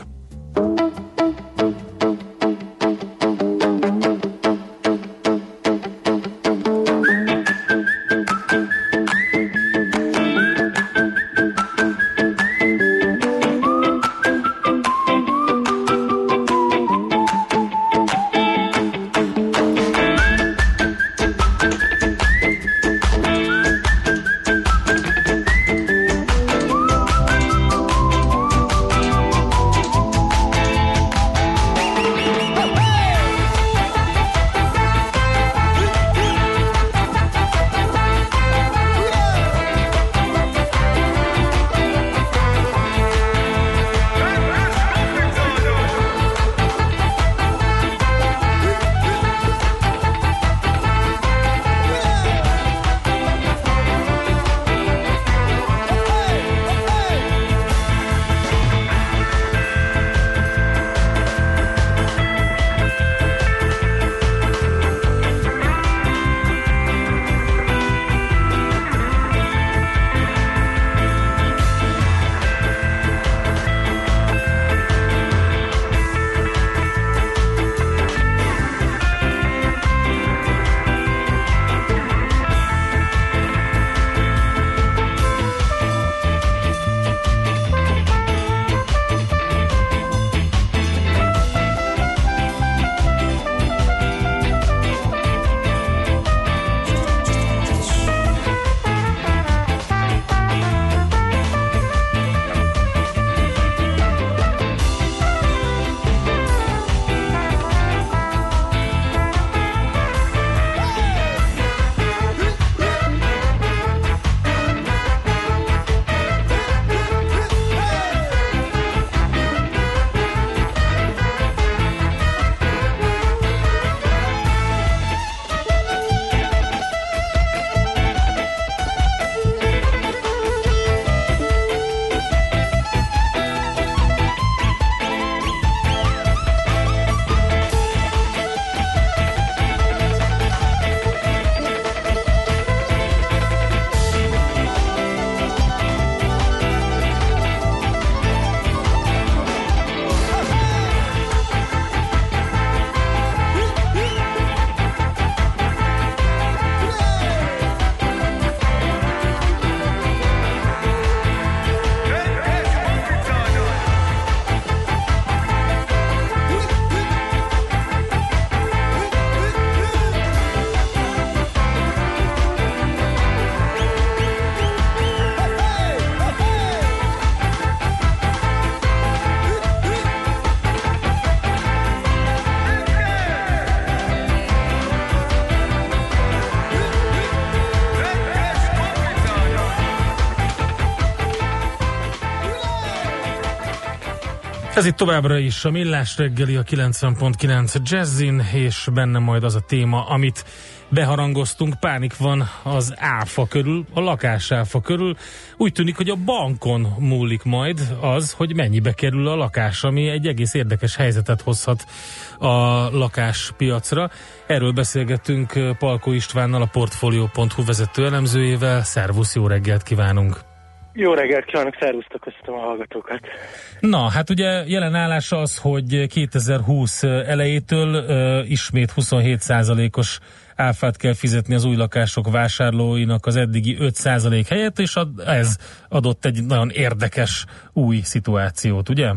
Speaker 5: Ez itt továbbra is a Millás reggeli, a 90.9 Jazzin, és benne majd az a téma, amit beharangoztunk. Pánik van az áfa körül, a lakásáfa körül. Úgy tűnik, hogy a bankon múlik majd az, hogy mennyibe kerül a lakás, ami egy egész érdekes helyzetet hozhat a lakáspiacra. Erről beszélgettünk Palkó Istvánnal, a Portfolio.hu vezető elemzőjével. Szervusz, jó reggelt kívánunk!
Speaker 9: Jó reggelt kívánok, szervusztok, köszönöm a hallgatókat.
Speaker 5: Na, hát ugye jelen állás az, hogy 2020 elejétől ismét 27%-os áfát kell fizetni az új lakások vásárlóinak az eddigi 5% helyett, és ez adott egy nagyon érdekes új szituációt, ugye?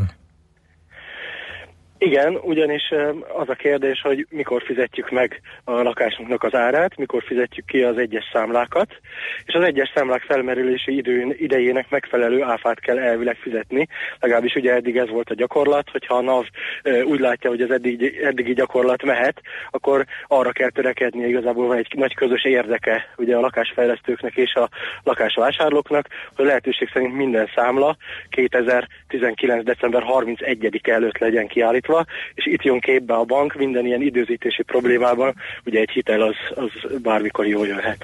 Speaker 9: Igen, ugyanis az a kérdés, hogy mikor fizetjük meg a lakásunknak az árát, mikor fizetjük ki az egyes számlákat, és az egyes számlák felmerülési idejének megfelelő áfát kell elvileg fizetni. Legalábbis ugye eddig ez volt a gyakorlat, hogyha a NAV úgy látja, hogy az eddigi gyakorlat mehet, akkor arra kell törekednie, igazából van egy nagy közös érdeke ugye a lakásfejlesztőknek és a lakásvásárlóknak, hogy lehetőség szerint minden számla 2019. december 31-e előtt legyen kiállítva, és itt jön képbe a bank minden ilyen időzítési problémában, ugye egy hitel az bármikor jól jöhet.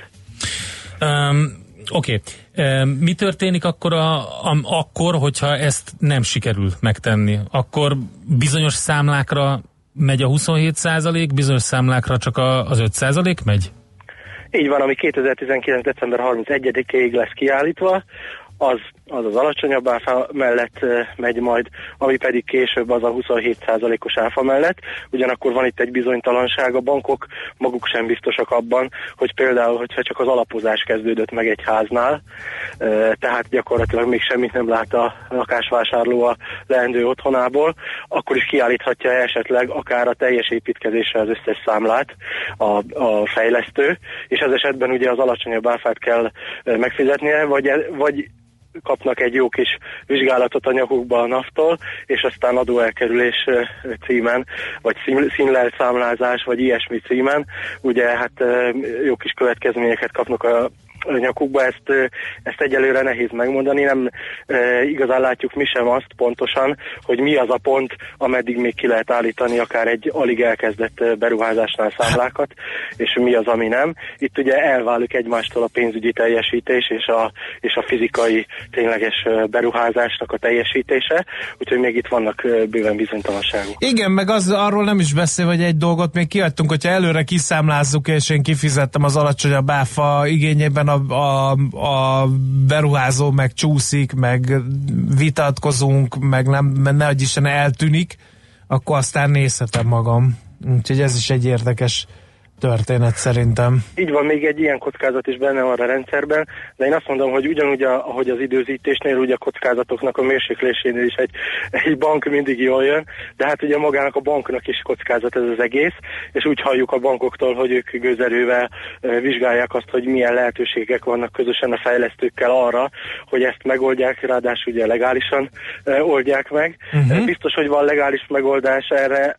Speaker 5: Oké. Mi történik akkor, hogyha ezt nem sikerül megtenni? Akkor bizonyos számlákra megy a 27%, bizonyos számlákra csak az 5% megy?
Speaker 9: Így van, ami 2019. december 31-ig lesz kiállítva, az alacsonyabb áfa mellett megy majd, ami pedig később az a 27%-os áfa mellett. Ugyanakkor van itt egy bizonytalanság, a bankok maguk sem biztosak abban, hogy például, hogyha csak az alapozás kezdődött meg egy háznál, tehát gyakorlatilag még semmit nem lát a lakásvásárló a leendő otthonából, akkor is kiállíthatja esetleg akár a teljes építkezésre az összes számlát a fejlesztő, és ez esetben ugye az alacsonyabb áfát kell megfizetnie, vagy kapnak egy jó kis vizsgálatot a nyakukba a NAV-tól, és aztán adóelkerülés címen, vagy színlelt számlázás, vagy ilyesmi címen, ugye hát jó kis következményeket kapnak a nyakukba, ezt egyelőre nehéz megmondani, nem igazán látjuk mi sem azt pontosan, hogy mi az a pont, ameddig még ki lehet állítani akár egy alig elkezdett beruházásnál számlákat, és mi az, ami nem. Itt ugye elválik egymástól a pénzügyi teljesítés és a fizikai tényleges beruházásnak a teljesítése, úgyhogy még itt vannak bőven bizonytalanságok.
Speaker 4: Igen, meg arról nem is beszél, hogy egy dolgot még kiadtunk, hogyha előre kiszámlázzuk, és én kifizettem az alacsonyabb áfa igényében, a beruházó meg csúszik, meg vitatkozunk, meg nehogy Isten eltűnik, akkor aztán nézhetem magam. Úgyhogy ez is egy érdekes történet szerintem.
Speaker 9: Így van, még egy ilyen kockázat is benne van a rendszerben, de én azt mondom, hogy ugyanúgy, ahogy az időzítésnél, ugye a kockázatoknak a mérséklésénél is egy bank mindig jól jön, de hát ugye magának a banknak is kockázat ez az egész, és úgy halljuk a bankoktól, hogy ők gőzerővel vizsgálják azt, hogy milyen lehetőségek vannak közösen a fejlesztőkkel arra, hogy ezt megoldják, ráadásul ugye legálisan oldják meg. Biztos, hogy van legális megoldás erre.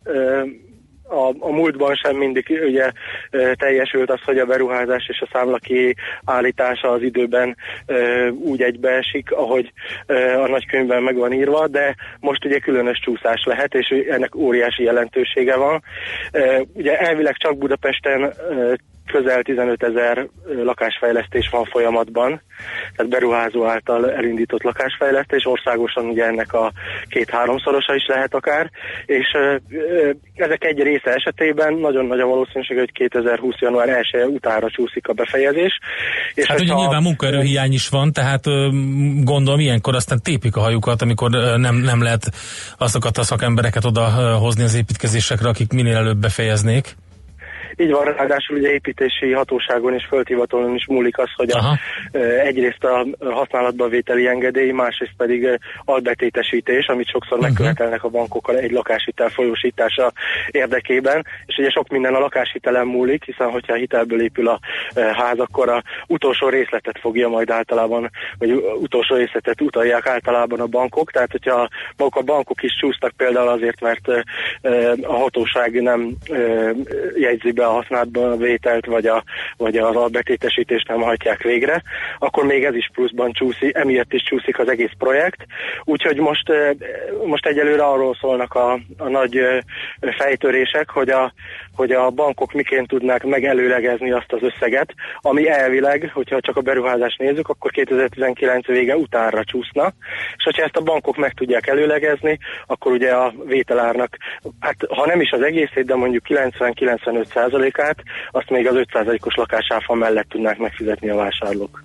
Speaker 9: A múltban sem mindig ugye teljesült az, hogy a beruházás és a számla kiállítása az időben úgy egybeesik, ahogy a nagykönyvben meg van írva, de most ugye különös csúszás lehet, és ennek óriási jelentősége van. Ugye elvileg csak Budapesten közel 15 000 lakásfejlesztés van folyamatban, tehát beruházó által elindított lakásfejlesztés, országosan ugye ennek a 2-3-szorosa is lehet akár, és ezek egy része esetében nagyon nagy a valószínűség, hogy 2020. január 1 utára csúszik a befejezés. És
Speaker 5: hát ugye nyilván munkaerőhiány is van, tehát gondolom ilyenkor aztán tépik a hajukat, amikor nem lehet azokat a szakembereket oda hozni az építkezésekre, akik minél előbb befejeznék.
Speaker 9: Így van, ráadásul ugye építési hatóságon és földhivatalon is múlik az, hogy egyrészt a használatba vételi engedély, másrészt pedig albetétesítés, amit sokszor megkövetelnek a bankokkal egy lakáshitel folyósítása érdekében, és ugye sok minden a lakáshitelen múlik, hiszen hogyha a hitelből épül a ház, akkor a utolsó részletet fogja majd általában, vagy utolsó részletet utalják általában a bankok, tehát hogyha a bankok is csúsztak például azért, mert a hatóság nem jegyzi be a használatba vételt, vagy az albetétesítést nem hajtják végre, akkor még ez is pluszban csúszik, emiatt is csúszik az egész projekt. Úgyhogy most egyelőre arról szólnak a nagy fejtörések, hogy a bankok miként tudnák megelőlegezni azt az összeget, ami elvileg, hogyha csak a beruházást nézzük, akkor 2019 vége utánra csúszna, és hogyha ezt a bankok meg tudják előlegezni, akkor ugye a vételárnak, hát ha nem is az egészét, de mondjuk 90-95%-át, azt még az 5%-os lakásáfa mellett tudnák megfizetni a vásárlók.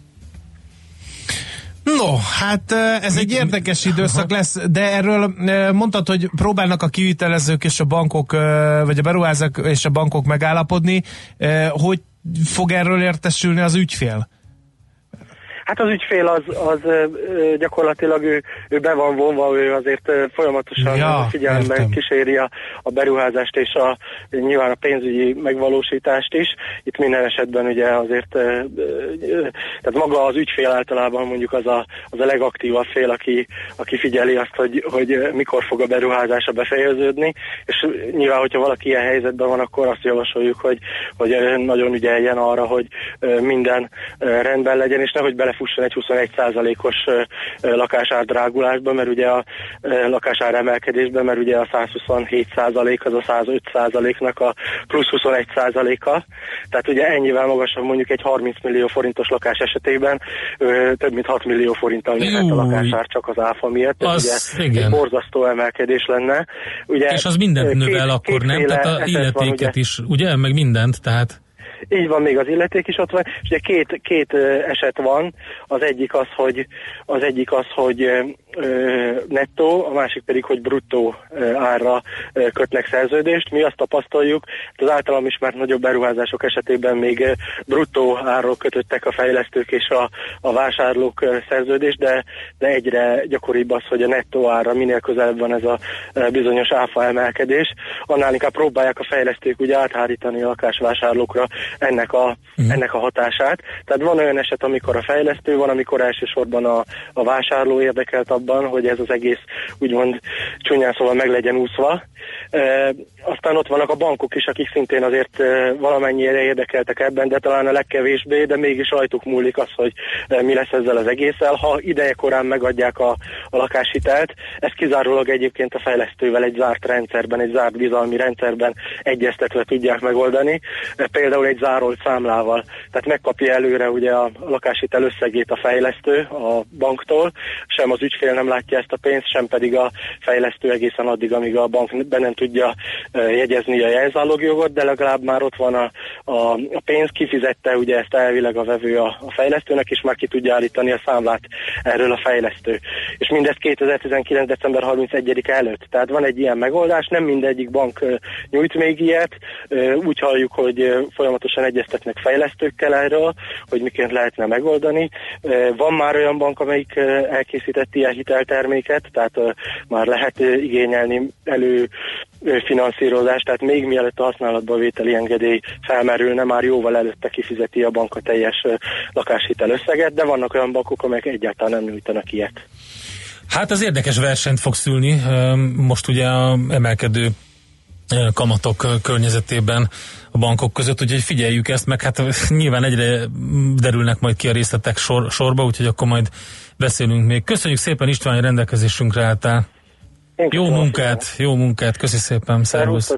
Speaker 4: No, hát ez egy érdekes időszak lesz, de erről mondtad, hogy próbálnak a kivitelezők és a bankok, vagy a beruházók és a bankok megállapodni. Hogy fog erről értesülni az ügyfél?
Speaker 9: Hát az ügyfél az gyakorlatilag ő be van vonva, ő azért folyamatosan figyelemmel kíséri a beruházást és nyilván a pénzügyi megvalósítást is. Itt minden esetben ugye azért, tehát maga az ügyfél általában mondjuk az a legaktívabb fél, aki figyeli azt, hogy mikor fog a beruházása befejeződni, és nyilván, hogyha valaki ilyen helyzetben van, akkor azt javasoljuk, hogy nagyon ügyeljen arra, hogy minden rendben legyen, és nehogy belefusson egy 21%-os lakásárdrágulásba, mert ugye a lakásár emelkedésben, mert ugye a 127% az a 105%-nak a plusz 21%-a, tehát ugye ennyivel magasabb mondjuk egy 30 millió forintos lakás esetében több mint 6 millió forinttal nőhet a lakásár csak az áfa miatt, ez ugye egy borzasztó emelkedés lenne. Ugye
Speaker 5: és az mindent növel akkor, nem? Tehát a illetéket van, is, ugye? Meg mindent, tehát...
Speaker 9: Így van, még az illeték is ott van, és ugye két eset van, az egyik az, hogy nettó, a másik pedig, hogy bruttó árra kötnek szerződést. Mi azt tapasztaljuk, hogy az általam ismert nagyobb beruházások esetében még bruttó árról kötöttek a fejlesztők és a vásárlók szerződést, de egyre gyakoribb az, hogy a nettó árra minél közelebb van ez a bizonyos áfa emelkedés, annál inkább próbálják a fejlesztők ugye áthárítani a lakásvásárlókra ennek a hatását. Tehát van olyan eset, amikor a fejlesztő, van, amikor elsősorban a vásárló érdekelt abban, hogy ez az egész úgymond csúnyán szóval meg legyen úszva. Aztán ott vannak a bankok is, akik szintén azért valamennyire érdekeltek ebben, de talán a legkevésbé, de mégis rajtuk múlik az, hogy mi lesz ezzel az egésszel. Ha idejekorán megadják a lakáshitelt, ezt kizárólag egyébként a fejlesztővel egy zárt rendszerben, egy zárt bizalmi rendszerben egyeztetve tudják megoldani, például egy zárolt számlával. Tehát megkapja előre ugye a lakáshitel összegét a fejlesztő a banktól, sem az ügyfél nem látja ezt a pénzt, sem pedig a fejlesztő egészen addig, amíg a bank be nem tudja jegyezni a jelzálogjogot, de legalább már ott van a pénz, kifizette ugye ezt elvileg a vevő a fejlesztőnek, és már ki tudja állítani a számlát erről a fejlesztő. És mindezt 2019. december 31 előtt. Tehát van egy ilyen megoldás, nem mindegyik bank nyújt még ilyet, úgy halljuk, hogy folyamatosan egyeztetnek fejlesztőkkel erről, hogy miként lehetne megoldani. Van már olyan bank, amelyik elkészített ilyen hitelterméket, tehát már lehet igényelni finanszírozást, tehát még mielőtt a használatba vételi engedély felmerülne, már jóval előtte kifizeti a bank a teljes lakáshitel összeget, de vannak olyan bankok, amelyek egyáltalán nem nyújtanak ilyet.
Speaker 5: Hát az érdekes versenyt fog szülni, most ugye a emelkedő kamatok környezetében a bankok között, úgyhogy figyeljük ezt, meg hát nyilván egyre derülnek majd ki a részletek sorba, úgyhogy akkor majd beszélünk még. Köszönjük szépen, István, hogy rendelkezésünkre álltál. Jó munkát, köszi szépen, szervusz.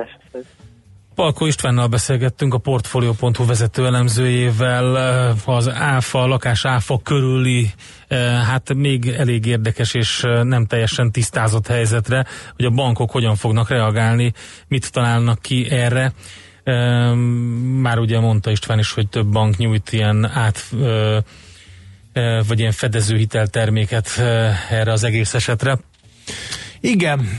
Speaker 5: Palkó Istvánnal beszélgettünk, a Portfolio.hu vezető elemzőjével, az áfa, lakás áfa körüli, hát még elég érdekes és nem teljesen tisztázott helyzetre, hogy a bankok hogyan fognak reagálni, mit találnak ki erre. Már ugye mondta István is, hogy több bank nyújt ilyen vagy ilyen fedező hitelterméket erre az egész esetre.
Speaker 4: Igen.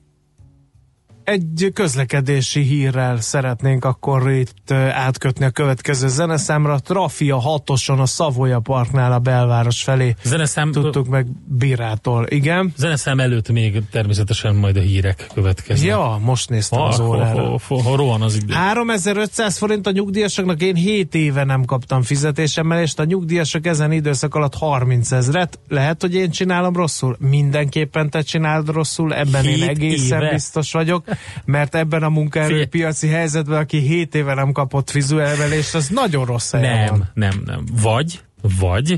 Speaker 4: Egy közlekedési hírrel szeretnénk akkor itt átkötni a következő zeneszámra. Trafia 6-oson a Savoya Parknál a belváros felé. Tudtuk meg Bírától. Igen.
Speaker 5: Zeneszám előtt még természetesen majd a hírek következnek.
Speaker 4: Ja, most néztem az órára.
Speaker 5: Rohan az idő.
Speaker 4: 3500 forint a nyugdíjasoknak, én 7 éve nem kaptam fizetésemelést, a nyugdíjasok ezen időszak alatt 30 000-et. Lehet, hogy én csinálom rosszul? Mindenképpen te csinálod rosszul, ebben én egészen biztos vagyok. mert ebben a munkaerőpiaci helyzetben, aki 7 éve nem kapott frizúremelést, az nagyon rossz helyen van.
Speaker 5: Nem. Vagy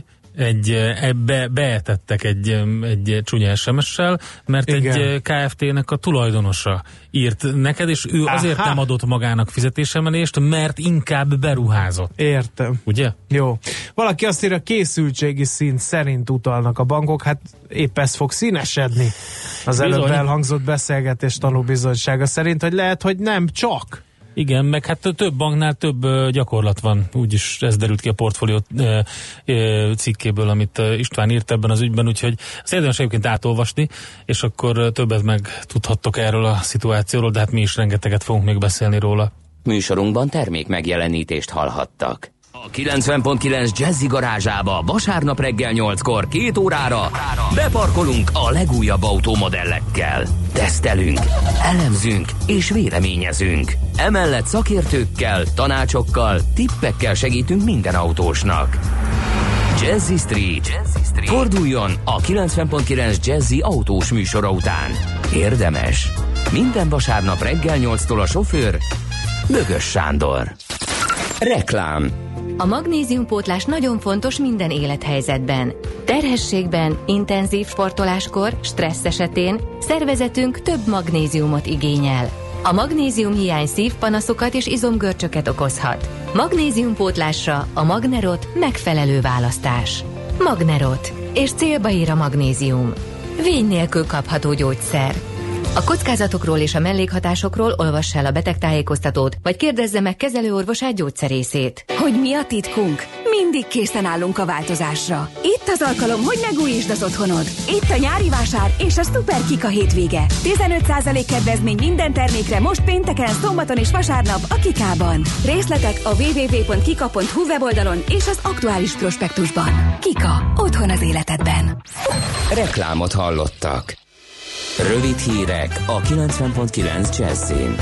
Speaker 5: beetettek egy csúnya SMS-sel, mert igen, egy Kft-nek a tulajdonosa írt neked, és ő azért nem adott magának fizetésemelést, mert inkább beruházott.
Speaker 4: Értem.
Speaker 5: Ugye?
Speaker 4: Jó. Valaki azt írja, készültségi szint szerint utalnak a bankok, hát épp ez fog színesedni az előbb elhangzott beszélgetés tanúbizonysága szerint, hogy lehet, hogy nem csak.
Speaker 5: Igen, meg hát több banknál több gyakorlat van, úgyis ez derült ki a portfólió cikkéből, amit István írt ebben az ügyben, úgyhogy az érdemes egyébként átolvasni, és akkor többet meg tudhattok erről a szituációról, de hát mi is rengeteget fogunk még beszélni róla.
Speaker 1: Műsorunkban termék megjelenítést hallhattak. A 90.9 Jazzy garázsába vasárnap reggel 8-kor 2 órára beparkolunk a legújabb autómodellekkel. Tesztelünk, elemzünk és véleményezünk. Emellett szakértőkkel, tanácsokkal, tippekkel segítünk minden autósnak. Jazzy Street. Forduljon a 90.9 Jazzy autós műsora után. Érdemes. Minden vasárnap reggel 8-tól a sofőr Bögös Sándor. Reklám.
Speaker 10: A magnéziumpótlás nagyon fontos minden élethelyzetben. Terhességben, intenzív sportoláskor, stressz esetén szervezetünk több magnéziumot igényel. A magnéziumhiány szívpanaszokat és izomgörcsöket okozhat. Magnéziumpótlásra a Magnerot megfelelő választás. Magnerot. És célba ér a magnézium. Vény nélkül kapható gyógyszer. A kockázatokról és a mellékhatásokról olvass el a betegtájékoztatót, vagy kérdezze meg kezelőorvosát, gyógyszerészét.
Speaker 11: Hogy mi a titkunk? Mindig készen állunk a változásra. Itt az alkalom, hogy megújítsd az otthonod. Itt a nyári vásár és a Super Kika hétvége. 15% kedvezmény minden termékre most pénteken, szombaton és vasárnap a Kikában. Részletek a www.kika.hu weboldalon és az aktuális prospektusban. Kika. Otthon az életedben.
Speaker 1: Reklámot hallottak. Rövid hírek a 90.9 Jazzyn.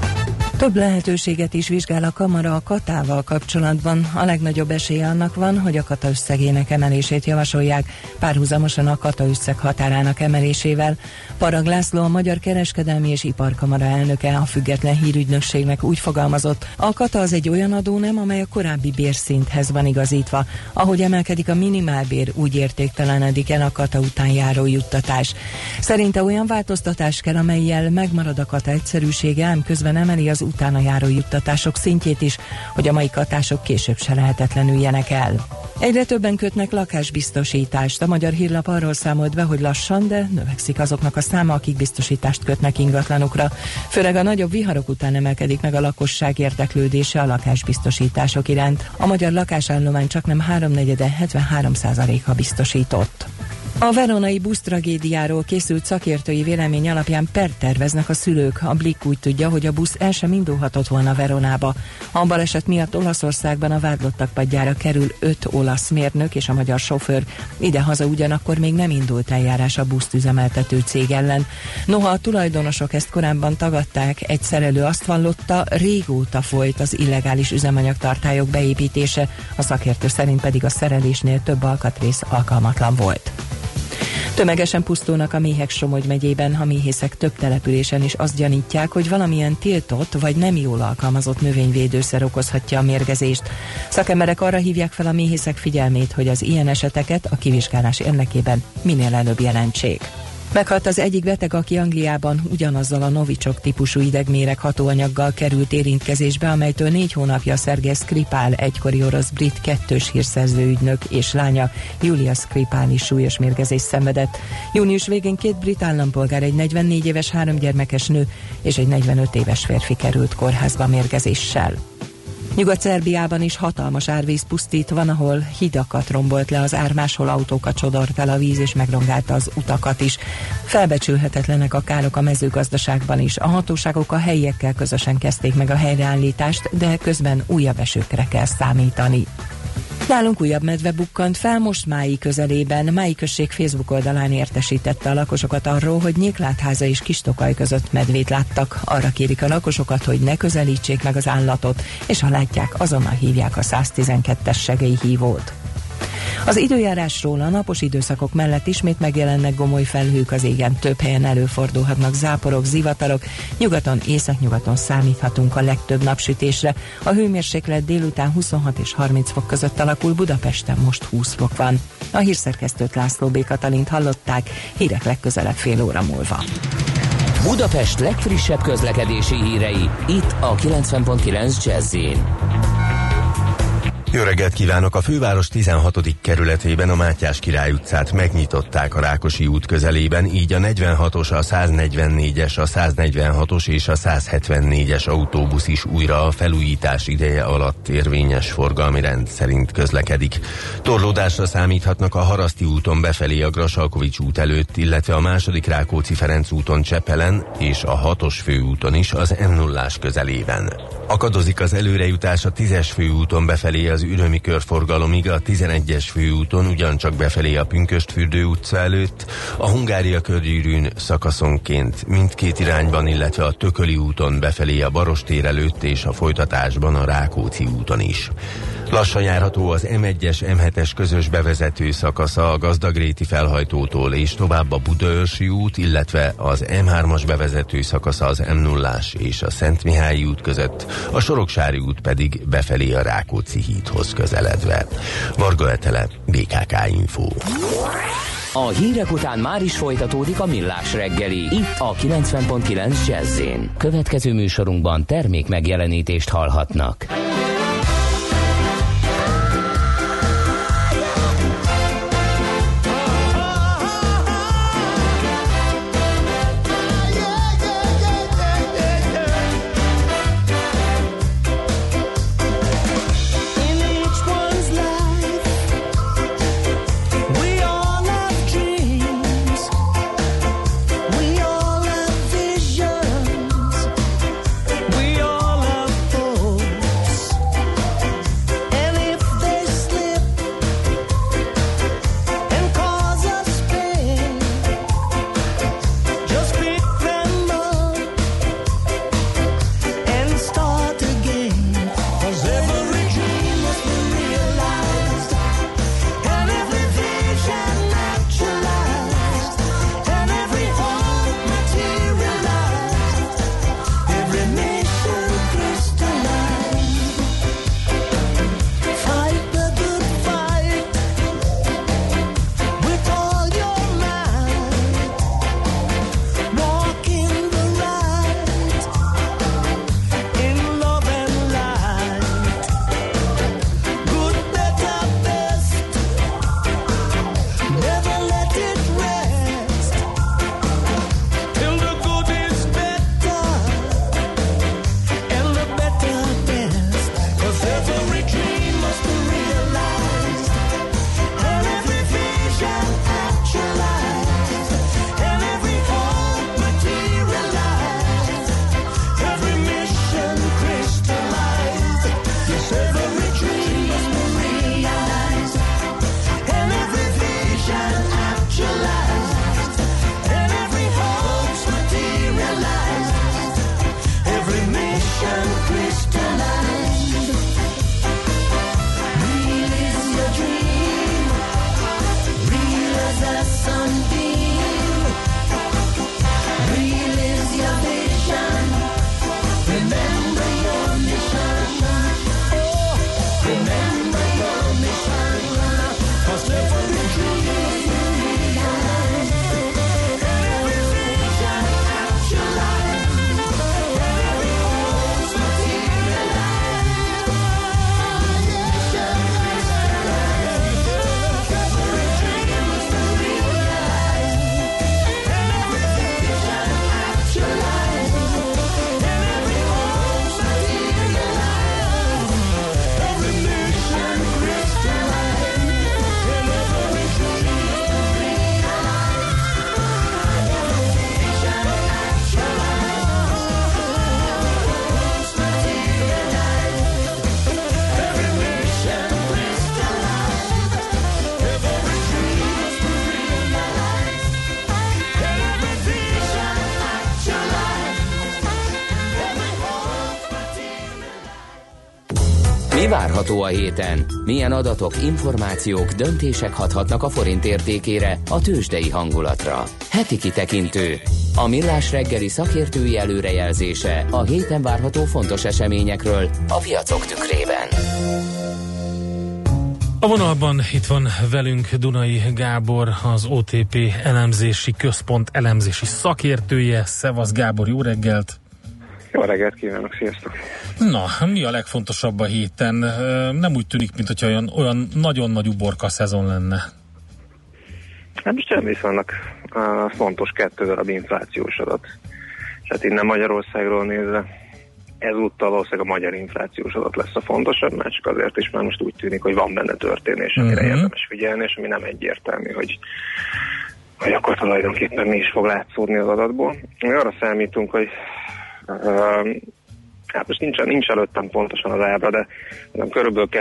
Speaker 6: Több lehetőséget is vizsgál a kamara a katával kapcsolatban. A legnagyobb esélye annak van, hogy a kata összegének emelését javasolják, párhuzamosan a kata összeg határának emelésével. Parag László, a Magyar Kereskedelmi és Iparkamara elnöke a Független Hírügynökségnek úgy fogalmazott, a kata az egy olyan adónem, amely a korábbi bérszinthez van igazítva. Ahogy emelkedik a minimálbér, úgy értéktelenedik el a kata után járó juttatás. Szerinte olyan változtatás kell, amellyel megmarad a kata egyszerűsége, ám közben emeli az utána járó juttatások szintjét is, hogy a mai katások később se lehetetlenüljenek el. Egyre többen kötnek lakásbiztosítást. A Magyar Hírlap arról számolt be, hogy lassan, de növekszik azoknak a száma, akik biztosítást kötnek ingatlanukra. Főleg a nagyobb viharok után emelkedik meg a lakosság érdeklődése a lakásbiztosítások iránt. A magyar lakásállomány csaknem 3/4, 73%-a biztosított. A veronai busztragédiáról készült szakértői vélemény alapján pert terveznek a szülők. A Blick úgy tudja, hogy a busz el sem indulhatott volna Veronába. A baleset miatt Olaszországban a vádlottak padjára kerül 5 olasz mérnök és a magyar sofőr. Idehaza ugyanakkor még nem indult eljárás a buszt üzemeltető cég ellen. Noha a tulajdonosok ezt korábban tagadták, egy szerelő azt vallotta, régóta folyt az illegális üzemanyagtartályok beépítése, a szakértő szerint pedig a szerelésnél több alkatrész alkalmatlan volt. Tömegesen pusztulnak a méhek Somogy megyében, a méhészek több településen is azt gyanítják, hogy valamilyen tiltott vagy nem jól alkalmazott növényvédőszer okozhatja a mérgezést. Szakemberek arra hívják fel a méhészek figyelmét, hogy az ilyen eseteket a kivizsgálás érdekében minél előbb jelentsék. Meghalt az egyik beteg, aki Angliában ugyanazzal a Novichok típusú idegméreg hatóanyaggal került érintkezésbe, amelytől 4 hónapja Sergej Skripal, egykori orosz brit 2-s hírszerző ügynök és lánya Julia Skripal is súlyos mérgezést szenvedett. Június végén 2 brit állampolgár, egy 44 éves 3 gyermekes nő és egy 45 éves férfi került kórházba mérgezéssel. Nyugat-Szerbiában is hatalmas árvíz pusztít, van, ahol hidakat rombolt le az ár, máshol autókat sodort el a víz és megrongálta az utakat is. Felbecsülhetetlenek a károk a mezőgazdaságban is. A hatóságok a helyiekkel közösen kezdték meg a helyreállítást, de közben újabb esőkre kell számítani. Nálunk újabb medve bukkant fel most Mályi közelében. Mályi község Facebook oldalán értesítette a lakosokat arról, hogy Nyéklátháza és Kistokaj között medvét láttak. Arra kérik a lakosokat, hogy ne közelítsék meg az állatot, és ha látják, azonnal hívják a 112-es segélyhívót. Az időjárásról: a napos időszakok mellett ismét megjelennek gomoly felhők az égen, több helyen előfordulhatnak záporok, zivatarok, nyugaton, északnyugaton számíthatunk a legtöbb napsütésre. A hőmérséklet délután 26 és 30 fok között alakul, Budapesten most 20 fok van. A hírszerkesztőt, László B. Katalint hallották, hírek legközelebb fél óra múlva.
Speaker 1: Budapest legfrissebb közlekedési hírei, itt a 90.9 Jazz-in.
Speaker 12: Jó reggelt kívánok! A főváros 16. kerületében a Mátyás Király utcát megnyitották a Rákosi út közelében, így a 46-os, a 144-es, a 146-os és a 174-es autóbusz is újra a felújítás ideje alatt érvényes forgalmi rend szerint közlekedik. Torlódásra számíthatnak a Haraszti úton befelé a Grassalkovich út előtt, illetve a második Rákóczi-Ferenc úton Csepelen és a 6-os főúton is az M0-ás közelében. Akadozik az előrejutás a 10-es főúton befelé az Ürömi körforgalomig, a 11-es főúton ugyancsak befelé a Pünkösdfürdő utca előtt, a Hungária körgyűrűn szakaszonként mindkét irányban, illetve a Tököli úton befelé a Barostér előtt és a folytatásban a Rákóczi úton is. Lassan járható az M1-es, M7-es közös bevezető szakasza a Gazdagréti felhajtótól és tovább a Budaörsi út, illetve az M3-as bevezető szakasza az M0-ás és a Szentmihályi út között, a Soroksári út pedig befelé a Rákóczi hídhoz közeledve. Varga Etele, BKK Info.
Speaker 1: A hírek után már is folytatódik a Millás reggeli, itt a 90.9 Jazz-in. Következő műsorunkban termék megjelenítést hallhatnak.
Speaker 13: We all have hopes.
Speaker 1: várható a héten? Milyen adatok, információk, döntések hathatnak a forint értékére, a tőzsdei hangulatra? Heti kitekintő. A Millás reggeli szakértői előrejelzése a héten várható fontos eseményekről a piacok tükrében.
Speaker 5: A vonalban itt van velünk Dunai Gábor, az OTP elemzési központ elemzési szakértője. Szevasz Gábor, jó reggelt!
Speaker 13: Jó reggelt kívánok, sziasztok!
Speaker 5: Na, mi a legfontosabb a héten? Nem úgy tűnik, mintha olyan nagyon nagy uborka szezon lenne.
Speaker 13: Hát most sem vannak fontos 2 darab inflációs adat. És hát innen Magyarországról nézve ezúttal valószínűleg a magyar inflációs adat lesz a fontosabb, már csak azért is, mert most úgy tűnik, hogy van benne történés, amire érdemes figyelni, és ami nem egyértelmű, hogy akkor tulajdonképpen mi is fog látszódni az adatból. Mi arra számítunk, hogy hát most nincs előttem pontosan az ábra, de körülbelül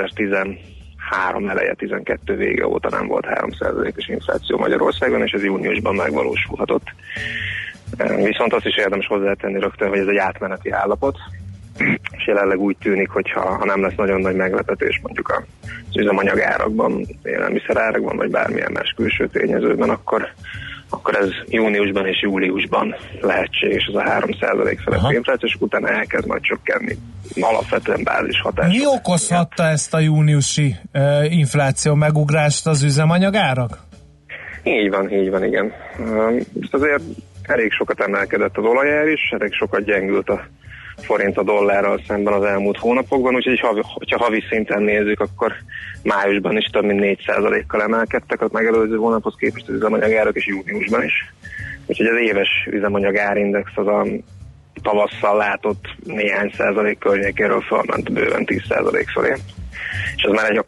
Speaker 13: 2013 eleje, 12 vége óta nem volt 3%-os infláció Magyarországon, és ez júniusban megvalósulhatott. Viszont azt is érdemes hozzátenni rögtön, hogy ez egy átmeneti állapot, és jelenleg úgy tűnik, hogy ha nem lesz nagyon nagy meglepetés mondjuk az üzemanyagárakban, élelmiszerárakban, vagy bármilyen más külső tényezőben, akkor ez júniusban és júliusban lehetséges, ez a 3% feletti infláció, és utána elkezd majd csökkenni alapvetően bázis hatás.
Speaker 4: Mi okozhatta ezt a júniusi infláció megugrást, az üzemanyagárak?
Speaker 13: Így van, igen. Azért elég sokat emelkedett az olajár is, elég sokat gyengült a forint a dollárral szemben az elmúlt hónapokban, úgyhogy ha havi szinten nézzük, akkor májusban is több mint 4%-kal emelkedtek a megelőző hónaphoz képest az üzemanyagárak, és júniusban is. Úgyhogy az éves üzemanyagárindex az a tavasszal látott néhány százalék környékéről fölment bőven 10% fölé. És ez már egy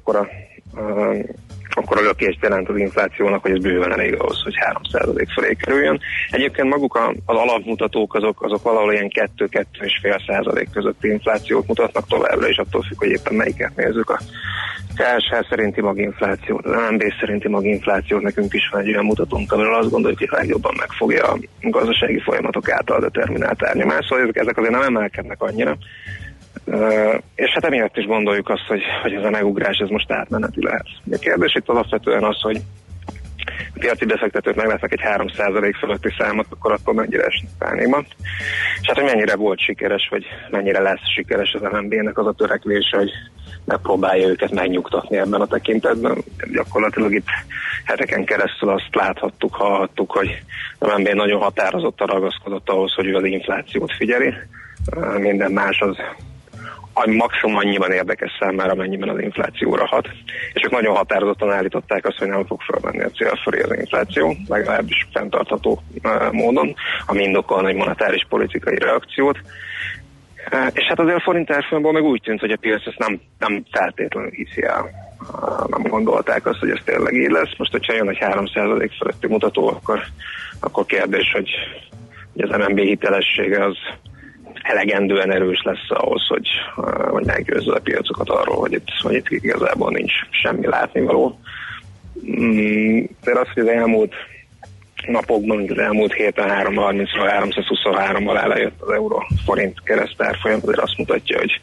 Speaker 13: akkora lökést jelent az inflációnak, hogy ez bőven elég ahhoz, hogy 3% fölé kerüljön. Egyébként maguk az alapmutatók azok valahol ilyen 2-2,5% közötti inflációt mutatnak továbbra, és attól függ, hogy éppen melyiket nézzük. A KSH szerinti maginflációt, az MNB szerinti maginflációt, nekünk is van egy olyan mutatónk, amiről azt gondoljuk, hogy legjobban megfogja a gazdasági folyamatok által determinált árnyomást, szóval ezek azért nem emelkednek annyira. És hát emiatt is gondoljuk azt, hogy ez a megugrás ez most átmeneti lehet. A kérdés itt alapvetően az, hogy a piaci befektetők meglátnak egy 3% fölötti számot, akkor attól mennyire esnek pánikba. És hát, hogy mennyire volt sikeres, vagy mennyire lesz sikeres az MNB-nek az a törekvése, hogy megpróbálja őket megnyugtatni ebben a tekintetben. Gyakorlatilag itt heteken keresztül azt láthattuk, hallhattuk, hogy az MNB nagyon határozottan ragaszkodott ahhoz, hogy ő az inflációt figyeli. Minden más az maximum annyiban érdekes számára, amennyiben az inflációra hat. És ők nagyon határozottan állították azt, hogy nem fog fölmenni a cél fölé az infláció, legalábbis fenntartható módon, ami indokolna egy monetáris politikai reakciót. És hát azért a forint árfolyamból meg úgy tűnt, hogy a piac ezt nem feltétlenül hiszi el. Nem gondolták azt, hogy ez tényleg így lesz. Most, hogyha jön egy 3% fölötti mutató, akkor kérdés, hogy az MNB hitelessége az elegendően erős lesz ahhoz, hogy meggyőzze a piacokat arról, hogy itt igazából nincs semmi látnivaló. De az, hogy az elmúlt napokban, az elmúlt héten 3.30-ról 323-mal elejött az euró-forint keresztárfolyam, azért azt mutatja, hogy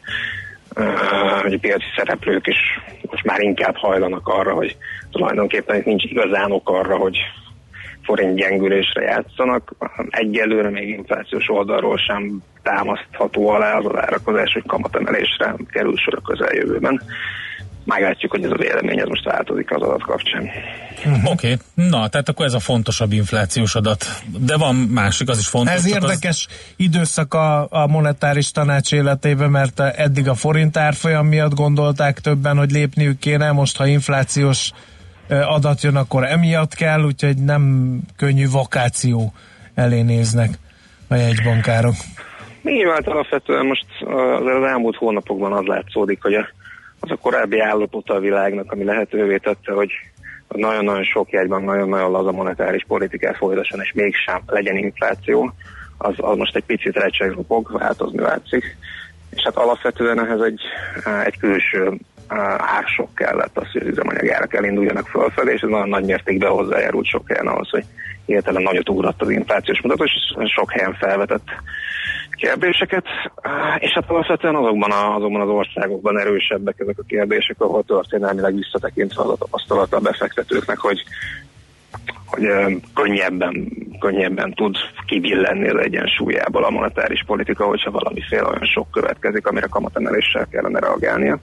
Speaker 13: a piaci szereplők is most már inkább hajlanak arra, hogy tulajdonképpen itt nincs igazán ok arra, hogy forint gyengülésre játszanak. Egyelőre még inflációs oldalról sem támasztható alá az a várakozás, hogy kamatemelésre kerül sor a közeljövőben. Meglátjuk, hogy ez a vélemény ez most változik az adat kapcsán.
Speaker 5: Oké. Na, tehát akkor ez a fontosabb inflációs adat. De van másik, az is fontos.
Speaker 4: Ez érdekes időszak a monetáris tanács életében, mert eddig a forint árfolyam miatt gondolták többen, hogy lépniük kéne, most ha inflációs adat jön, akkor emiatt kell, úgyhogy nem könnyű vakáció elé néznek a jegybankárok.
Speaker 13: Így vált alapvetően most az elmúlt hónapokban az látszódik, hogy az a korábbi állapota a világnak, ami lehetővé tette, hogy nagyon-nagyon sok jegybank nagyon-nagyon laza monetáris politikát folytasson, és mégsem legyen infláció, az most egy picit recsegropog, változni látszik. És hát alapvetően ehhez egy külső ársok kellett, az, hogy az üzemanyagárak elinduljanak fölfelé, és ez nagyon nagy mértékben hozzájárult sok helyen ahhoz, hogy hirtelen nagyot ugrott az inflációs mutató, és sok helyen felvetett kérdéseket, és hát alapvetően azokban az országokban erősebbek ezek a kérdések, ahol történelmileg visszatekintve az a tapasztalata a befektetőknek, hogy könnyebben tud kibillenni az egyensúlyából a monetáris politika, hogyha valamiféle olyan sok következik, amire kamatemeléssel kellene reagálnia.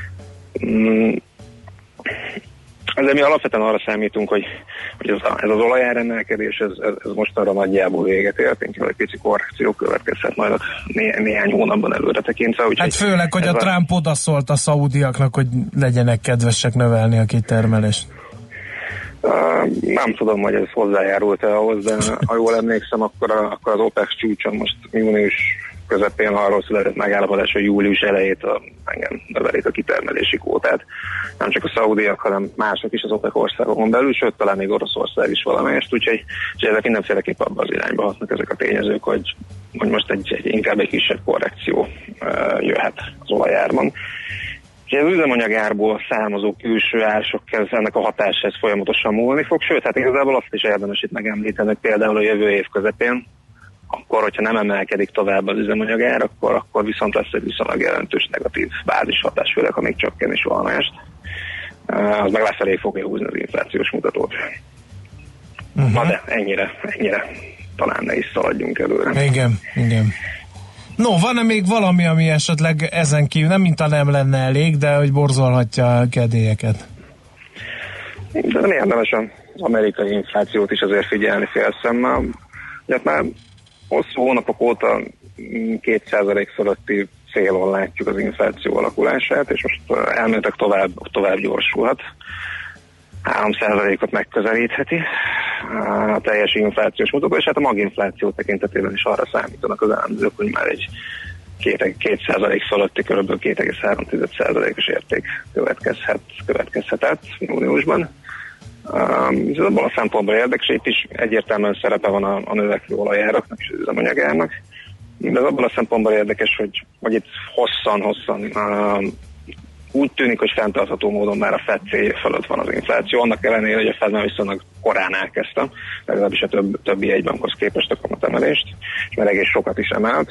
Speaker 13: Ezért mi alapvetően arra számítunk, hogy ez az olajáremelkedés, ez mostanra nagyjából véget ért, inkább egy pici korrekció következhet majd néhány hónapban előre tekintve.
Speaker 4: Hát főleg, hogy a Trump odaszólt a szaudiaknak, hogy legyenek kedvesek növelni a kitermelést.
Speaker 13: Nem tudom, hogy ez hozzájárult-e ahhoz, de ha jól emlékszem, akkor az OPEC csúcson most június közepén arról született megállapodás, hogy július elejétől engem növelik a kitermelési kvótát. Nem csak a szaudiak, hanem mások is az OPEC országokon belül, sőt, talán még Oroszország is valamelyest, úgyhogy ezek mindenféleképp abba az irányba hatnak ezek a tényezők, hogy most inkább egy kisebb korrekció jöhet az olajárban. És az üzemanyagárból származó külső ársok ennek a hatása ez folyamatosan múlni fog, sőt, hát igazából azt is érdemes itt megemlíteni, hogy például a jövő év közepén, akkor, hogyha nem emelkedik tovább az üzemanyagár, akkor viszont lesz egy viszonylag jelentős negatív bázishatás, főleg, ha még csökken is valamelyest. Az meg lefelé fogja húzni az inflációs mutatót. Na de ennyire talán ne is szaladjunk előre.
Speaker 4: Igen. No, van-e még valami, ami esetleg ezen kívül, nem mintha nem lenne elég, de hogy borzolhatja a kedélyeket?
Speaker 13: De nem érdemes az amerikai inflációt is azért figyelni félszemmel. Ugye már hosszú hónapok óta 2% fölötti célon látjuk az infláció alakulását, és most elméletek tovább gyorsulhat. 3%-ot megközelítheti a teljes inflációs mutató, és hát a maginfláció tekintetében is arra számítanak az elemzők, hogy már egy 2% fölötti kb. 2,3%-os érték következhetett júniusban. Ez abban a szempontból érdekes, itt is egyértelműen szerepe van a növekvő olajáraknak és az üzemanyagárnak, de ez abban a szempontból érdekes, hogy itt hosszan úgy tűnik, hogy fenntartható módon már a Fed célja fölött van az infláció, annak ellenére, hogy a Fed már viszonylag korán elkezdte, legalábbis a többi jegybankhoz képest a kamatemelést, és már egész sokat is emelt.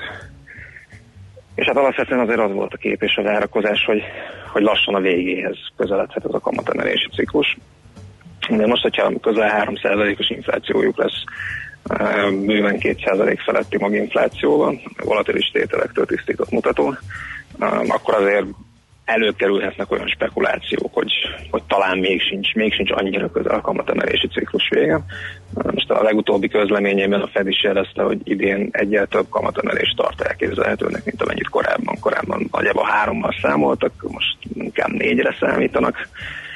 Speaker 13: És hát alapvetően azért az volt a kép és a várakozás, hogy lassan a végéhez közeledhet ez a kamatemelési ciklus. De most, hogyha közel 3%-os inflációjuk lesz, bőven 2% feletti maginflációval, volatilis tételektől tisztított mutató, akkor azért előkerülhetnek olyan spekulációk, hogy talán még sincs annyira közel a kamatemelési ciklus vége. Most a legutóbbi közleményében a Fed is jelezte, hogy idén egyel több kamatemelést tart elképzelhetőnek, mint amennyit korábban nagyjából 3-mal számoltak, most inkább 4-re számítanak.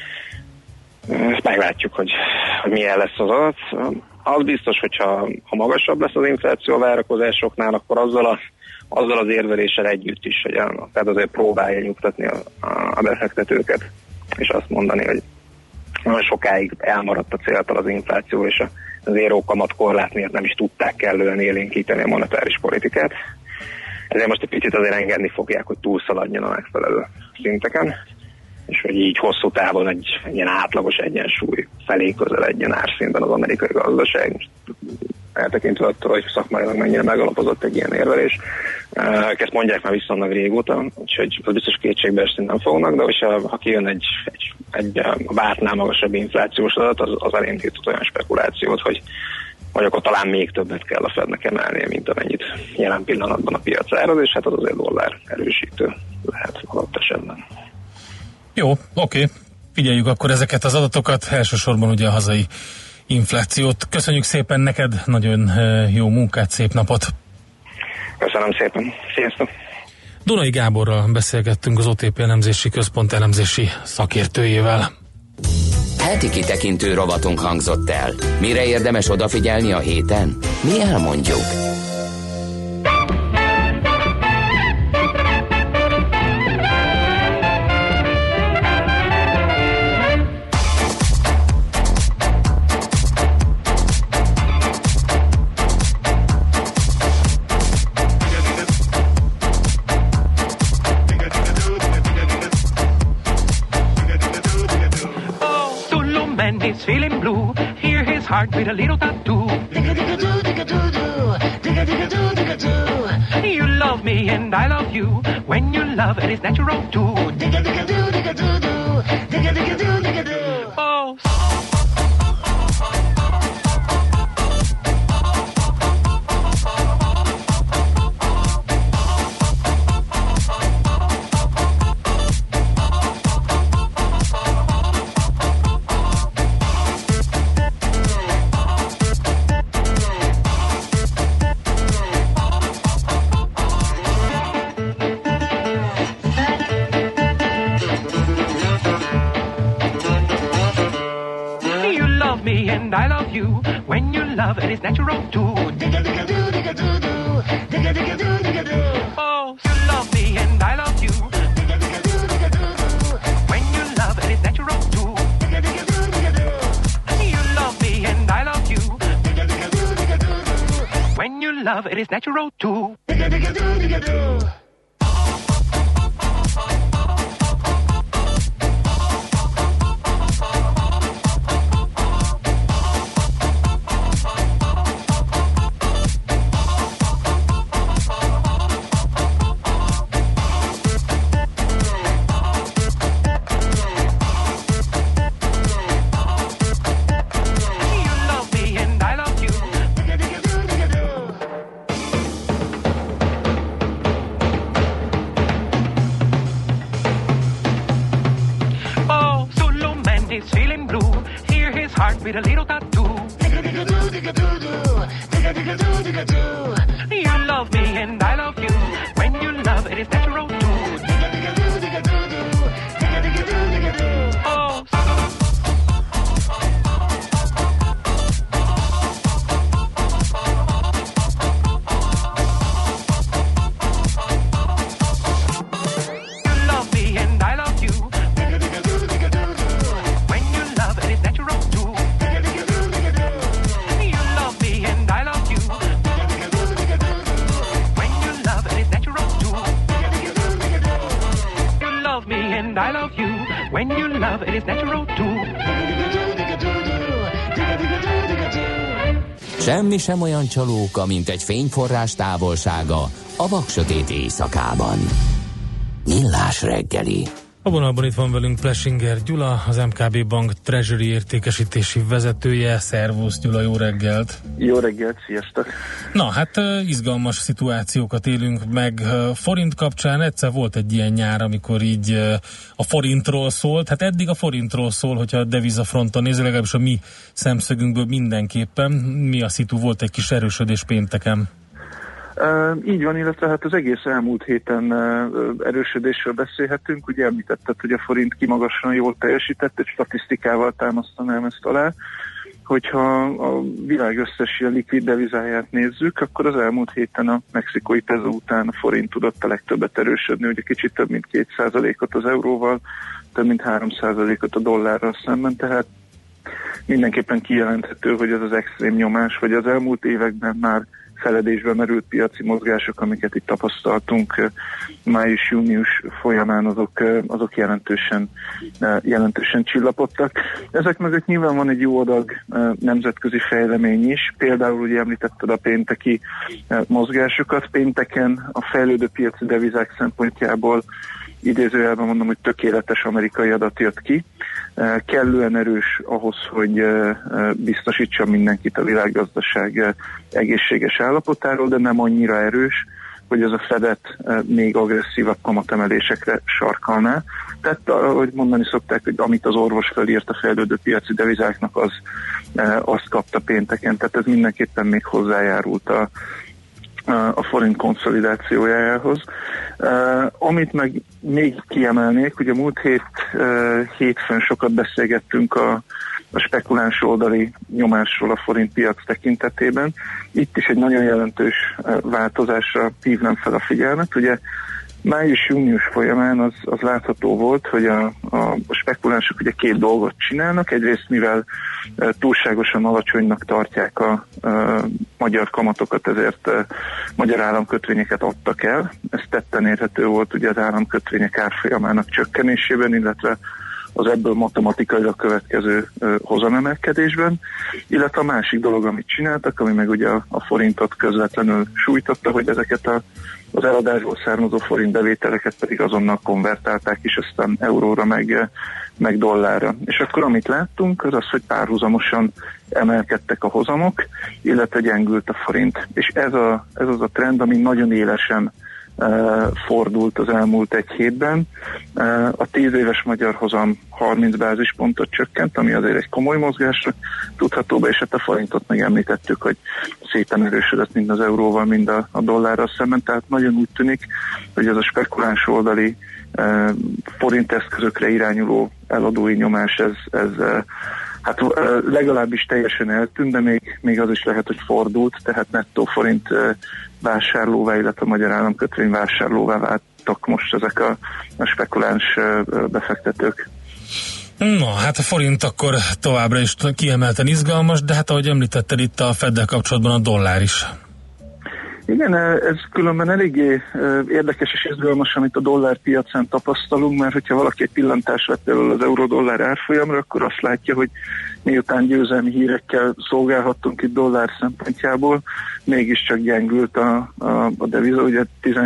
Speaker 13: Ezt meglátjuk, hogy milyen lesz az adat. Az biztos, hogyha magasabb lesz az infláció a várakozásoknál, akkor azzal az érveléssel együtt is, hogy a Fed azért próbálja nyugtatni a befektetőket, és azt mondani, hogy nagyon sokáig elmaradt a céltal az infláció, és az zéró kamat korlát miatt nem is tudták kellően élénkíteni a monetáris politikát. Ezért most egy picit azért engedni fogják, hogy túlszaladjon a megfelelő szinteken, és hogy így hosszú távon egy ilyen átlagos egyensúly felé közeledjen árszinten az amerikai gazdaság. Most eltekintve attól, hogy szakmailag mennyire megalapozott egy ilyen érvelés. Ezt mondják már viszonylag régóta, úgyhogy az biztos kétségbeesni nem fognak, de ha kijön egy vártnál magasabb inflációs adat, az elindított olyan spekulációt, hogy akkor talán még többet kell a Fednek emelnie, mint amennyit jelen pillanatban a piac áraz, és hát az azért dollár erősítő lehet adott esetben.
Speaker 5: Jó, oké. Figyeljük akkor ezeket az adatokat, elsősorban ugye a hazai inflációt. Köszönjük szépen neked, nagyon jó munkát, szép napot!
Speaker 13: Köszönöm szépen, sziasztok!
Speaker 5: Dunai Gáborral beszélgettünk, az OTP elemzési központ elemzési szakértőjével.
Speaker 1: Heti kitekintő rovatunk hangzott el. Mire érdemes odafigyelni a héten? Mi elmondjuk.
Speaker 14: Feeling blue, hear his heart beat a little tattoo. Digga digga doo, digga doo doo, digga digga doo, digga doo. You and I love you. When you love it is natural too. Digga-digga-doo, digga-doo-doo. Digga-digga-doo, digga-doo. Oh. And I love you. When you love it is natural too. Digga-digga-doo, digga-doo-doo. Digga-digga-doo, digga-doo. Oh, you love me and I love you. Digga-digga-doo, digga-doo-doo. When you love it is natural too. Digga-digga-doo, digga-doo. You love me and I love you. Digga-digga-doo, digga-doo-doo. When you love it is natural too. Digga-digga-doo, digga-doo. With a little tattoo. Digga-digga-doo, digga-doo-doo. Digga-digga-doo, digga-doo. You love me and I love you. When you love it is natural too. Digga-digga-doo, digga-doo-doo. Digga-digga-doo, digga-doo. Oh. You love me and I love you. Digga-digga-doo, digga-doo-doo. When you love it is natural too. And I love you. When you love it is natural too.
Speaker 1: Semmi sem olyan csalóka, mint egy fényforrás távolsága a vaksötét éjszakában. Millás reggeli.
Speaker 5: A vonalban itt van velünk Plesinger Gyula, az MKB Bank Treasury értékesítési vezetője. Szervusz Gyula, jó reggelt!
Speaker 15: Jó reggelt, sziasztok!
Speaker 5: Na, hát izgalmas szituációkat élünk meg. Forint kapcsán egyszer volt egy ilyen nyár, amikor így a forintról szólt. Hát eddig a forintról szól, hogyha a devizafronton nézve, legalábbis a mi szemszögünkből mindenképpen. Mi a szitu? Volt egy kis erősödés pénteken.
Speaker 15: Így van, illetve hát az egész elmúlt héten erősödésről beszélhetünk. Ugye említetted, hogy a forint kimagasan jól teljesített, egy statisztikával támasztanám ezt alá. Hogyha a világ összes ilyen likvid devizáját nézzük, akkor az elmúlt héten a mexikói peso után a forint tudott a legtöbbet erősödni, ugye kicsit több mint 2%-ot az euróval, több mint 3%-ot a dollárral szemben, tehát mindenképpen kijelenthető, hogy ez az extrém nyomás, vagy az elmúlt években már feledésbe merült piaci mozgások, amiket itt tapasztaltunk május-június folyamán, azok jelentősen csillapodtak. Ezek mögött nyilván van egy jó adag nemzetközi fejlemény is. Például ugye említetted a pénteki mozgásokat. Pénteken a fejlődő piaci devizák szempontjából idézőjelben mondom, hogy tökéletes amerikai adat jött ki. Kellően erős ahhoz, hogy biztosítsa mindenkit a világgazdaság egészséges állapotáról, de nem annyira erős, hogy ez a Fedet még agresszívabb kamatemelésekre sarkalná. Tehát, ahogy mondani szokták, hogy amit az orvos felírt a fejlődő piaci devizáknak, azt kapta pénteken. Tehát ez mindenképpen még hozzájárult a forint konszolidációjához. Amit meg még kiemelnék, ugye múlt hétfőn sokat beszélgettünk a spekuláns oldali nyomásról a forint piac tekintetében. Itt is egy nagyon jelentős változásra hívnám fel a figyelmet. Ugye május-június folyamán az látható volt, hogy a spekulánsok ugye két dolgot csinálnak. Egyrészt, mivel túlságosan alacsonynak tartják a magyar kamatokat, ezért magyar államkötvényeket adtak el. Ez tetten érhető volt ugye az államkötvények árfolyamának csökkenésében, illetve az ebből matematikailag következő hozamemelkedésben, illetve a másik dolog, amit csináltak, ami meg ugye a forintot közvetlenül sújtotta, hogy ezeket az eladásból származó forint bevételeket pedig azonnal konvertálták is aztán euróra meg dollárra. És akkor amit láttunk, az az, hogy párhuzamosan emelkedtek a hozamok, illetve gyengült a forint. És ez az a trend, ami nagyon élesen fordult az elmúlt egy hétben. A 10 éves magyar hozam 30 bázispontot csökkent, ami azért egy komoly mozgásra tudható be, és hát a forintot megemlítettük, hogy szépen erősödött mind az euróval, mind a dollárral szemben, tehát nagyon úgy tűnik, hogy ez a spekuláns oldali forinteszközökre irányuló eladói nyomás, ez hát legalábbis teljesen eltűnt, de még az is lehet, hogy fordult, tehát nettó forint vásárlóvá, illetve a magyar államkötvény vásárlóvá váltak most ezek a spekuláns befektetők.
Speaker 5: Na, hát a forint akkor továbbra is kiemelten izgalmas, de hát ahogy említetted itt a Feddel kapcsolatban a dollár is.
Speaker 15: Igen, ez különben eléggé érdekes és izgalmas, amit a dollárpiacán tapasztalunk, mert hogyha valaki egy pillantást vett elől az euró-dollár árfolyamra, akkor azt látja, hogy miután győzelmi hírekkel szolgálhattunk itt dollár szempontjából, mégiscsak gyengült a deviza, ugye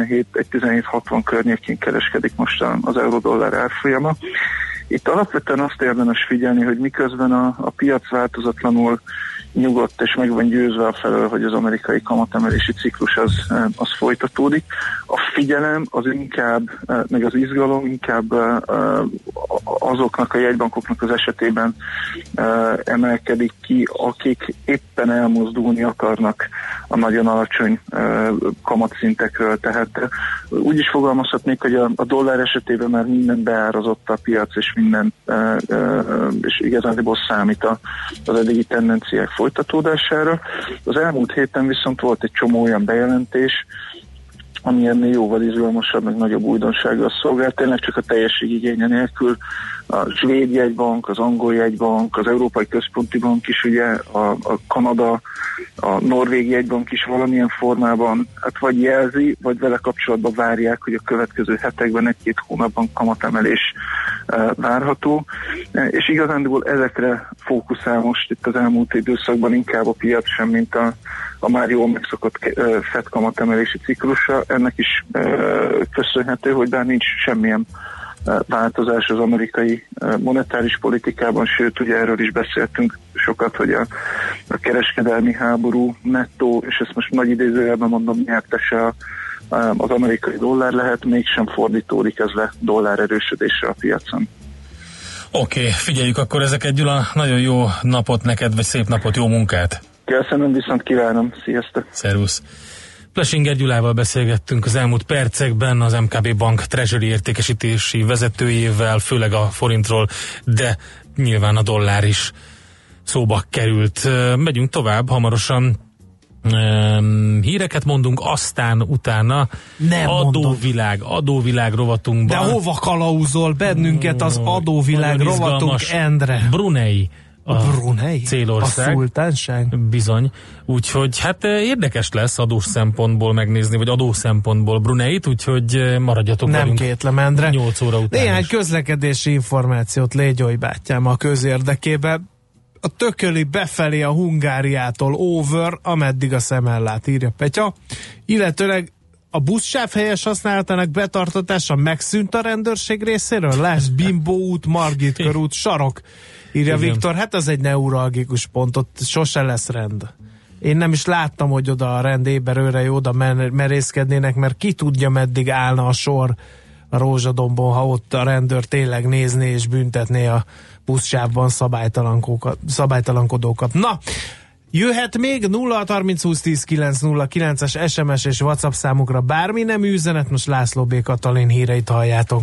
Speaker 15: 17,60 környékén kereskedik most az euró-dollár árfolyama. Itt alapvetően azt érdemes figyelni, hogy miközben a piac változatlanul nyugodt és meg van győzve a felől, hogy az amerikai kamatemelési ciklus az folytatódik. A figyelem az inkább, meg az izgalom inkább azoknak a jegybankoknak az esetében emelkedik ki, akik éppen elmozdulni akarnak a nagyon alacsony kamatszintekről. Tehát úgy is fogalmazhatnék, hogy a dollár esetében már minden beárazott a piac, és minden és igazándiból számít az eddigi tendenciák folytatódására. Az elmúlt héten viszont volt egy csomó olyan bejelentés, ami ennél jóval izgalmasabb, meg nagyobb újdonsággal szolgált. Tényleg csak a teljességigénye nélkül a svéd jegybank, az angol jegybank, az Európai Központi Bank is, ugye a Kanada, a norvég jegybank is valamilyen formában hát vagy jelzi, vagy vele kapcsolatban várják, hogy a következő hetekben, egy-két hónapban kamatemelés várható. És igazándiból ezekre fókuszál most itt az elmúlt időszakban inkább a piac sem, mint a már jól megszokott Fed kamatemelési ciklusa. Ennek is köszönhető, hogy bár nincs semmilyen változás az amerikai monetáris politikában, sőt, ugye erről is beszéltünk sokat, hogy a kereskedelmi háború nettó, és ezt most nagy idézőjelben mondom, nyertese az amerikai dollár lehet, mégsem fordítódik ez le dollár erősödésre a piacon.
Speaker 5: Oké, figyeljük akkor ezeket, Gyula, nagyon jó napot neked, vagy szép napot, jó munkát!
Speaker 15: Köszönöm, viszont kívánom, sziasztok!
Speaker 5: Szervusz! Plesinger Gyulával beszélgettünk az elmúlt percekben az MKB Bank Treasury értékesítési vezetőjével, főleg a forintról, de nyilván a dollár is szóba került. Megyünk tovább, hamarosan híreket mondunk, aztán utána adóvilág rovatunkban.
Speaker 4: De hova kalauzol bennünket az adóvilág rovatunk, Endre?
Speaker 5: Brunei.
Speaker 4: Brunei?
Speaker 5: Célország.
Speaker 4: A szultánság?
Speaker 5: Bizony. Úgyhogy hát érdekes lesz adós szempontból megnézni, vagy adó szempontból Bruneit, úgyhogy maradjatok
Speaker 4: nem
Speaker 5: velünk.
Speaker 4: Nem kétlem, Endre.
Speaker 5: 8 óra után.
Speaker 4: Néhány közlekedési információt légy oly bátyám a közérdekében. A Tököli befelé a Hungáriától over, ameddig a szem ellát, írja Petya. Illetőleg a buszsáv helyes használatának betartatása megszűnt a rendőrség részéről? Lesz Bimbo út, Margit körút, sarok, írja igen. Viktor. Hát az egy neuralgikus pont, ott sose lesz rend. Én nem is láttam, hogy oda a rend éberőre oda merészkednének, mert ki tudja, meddig állna a sor a Rózsadombon, ha ott a rendőr tényleg nézné és büntetné a buszsávban szabálytalankodókat. Na, jöhet még 06302010 909-es SMS és WhatsApp számukra bármi nem üzenet, most László B. Katalin híreit halljátok.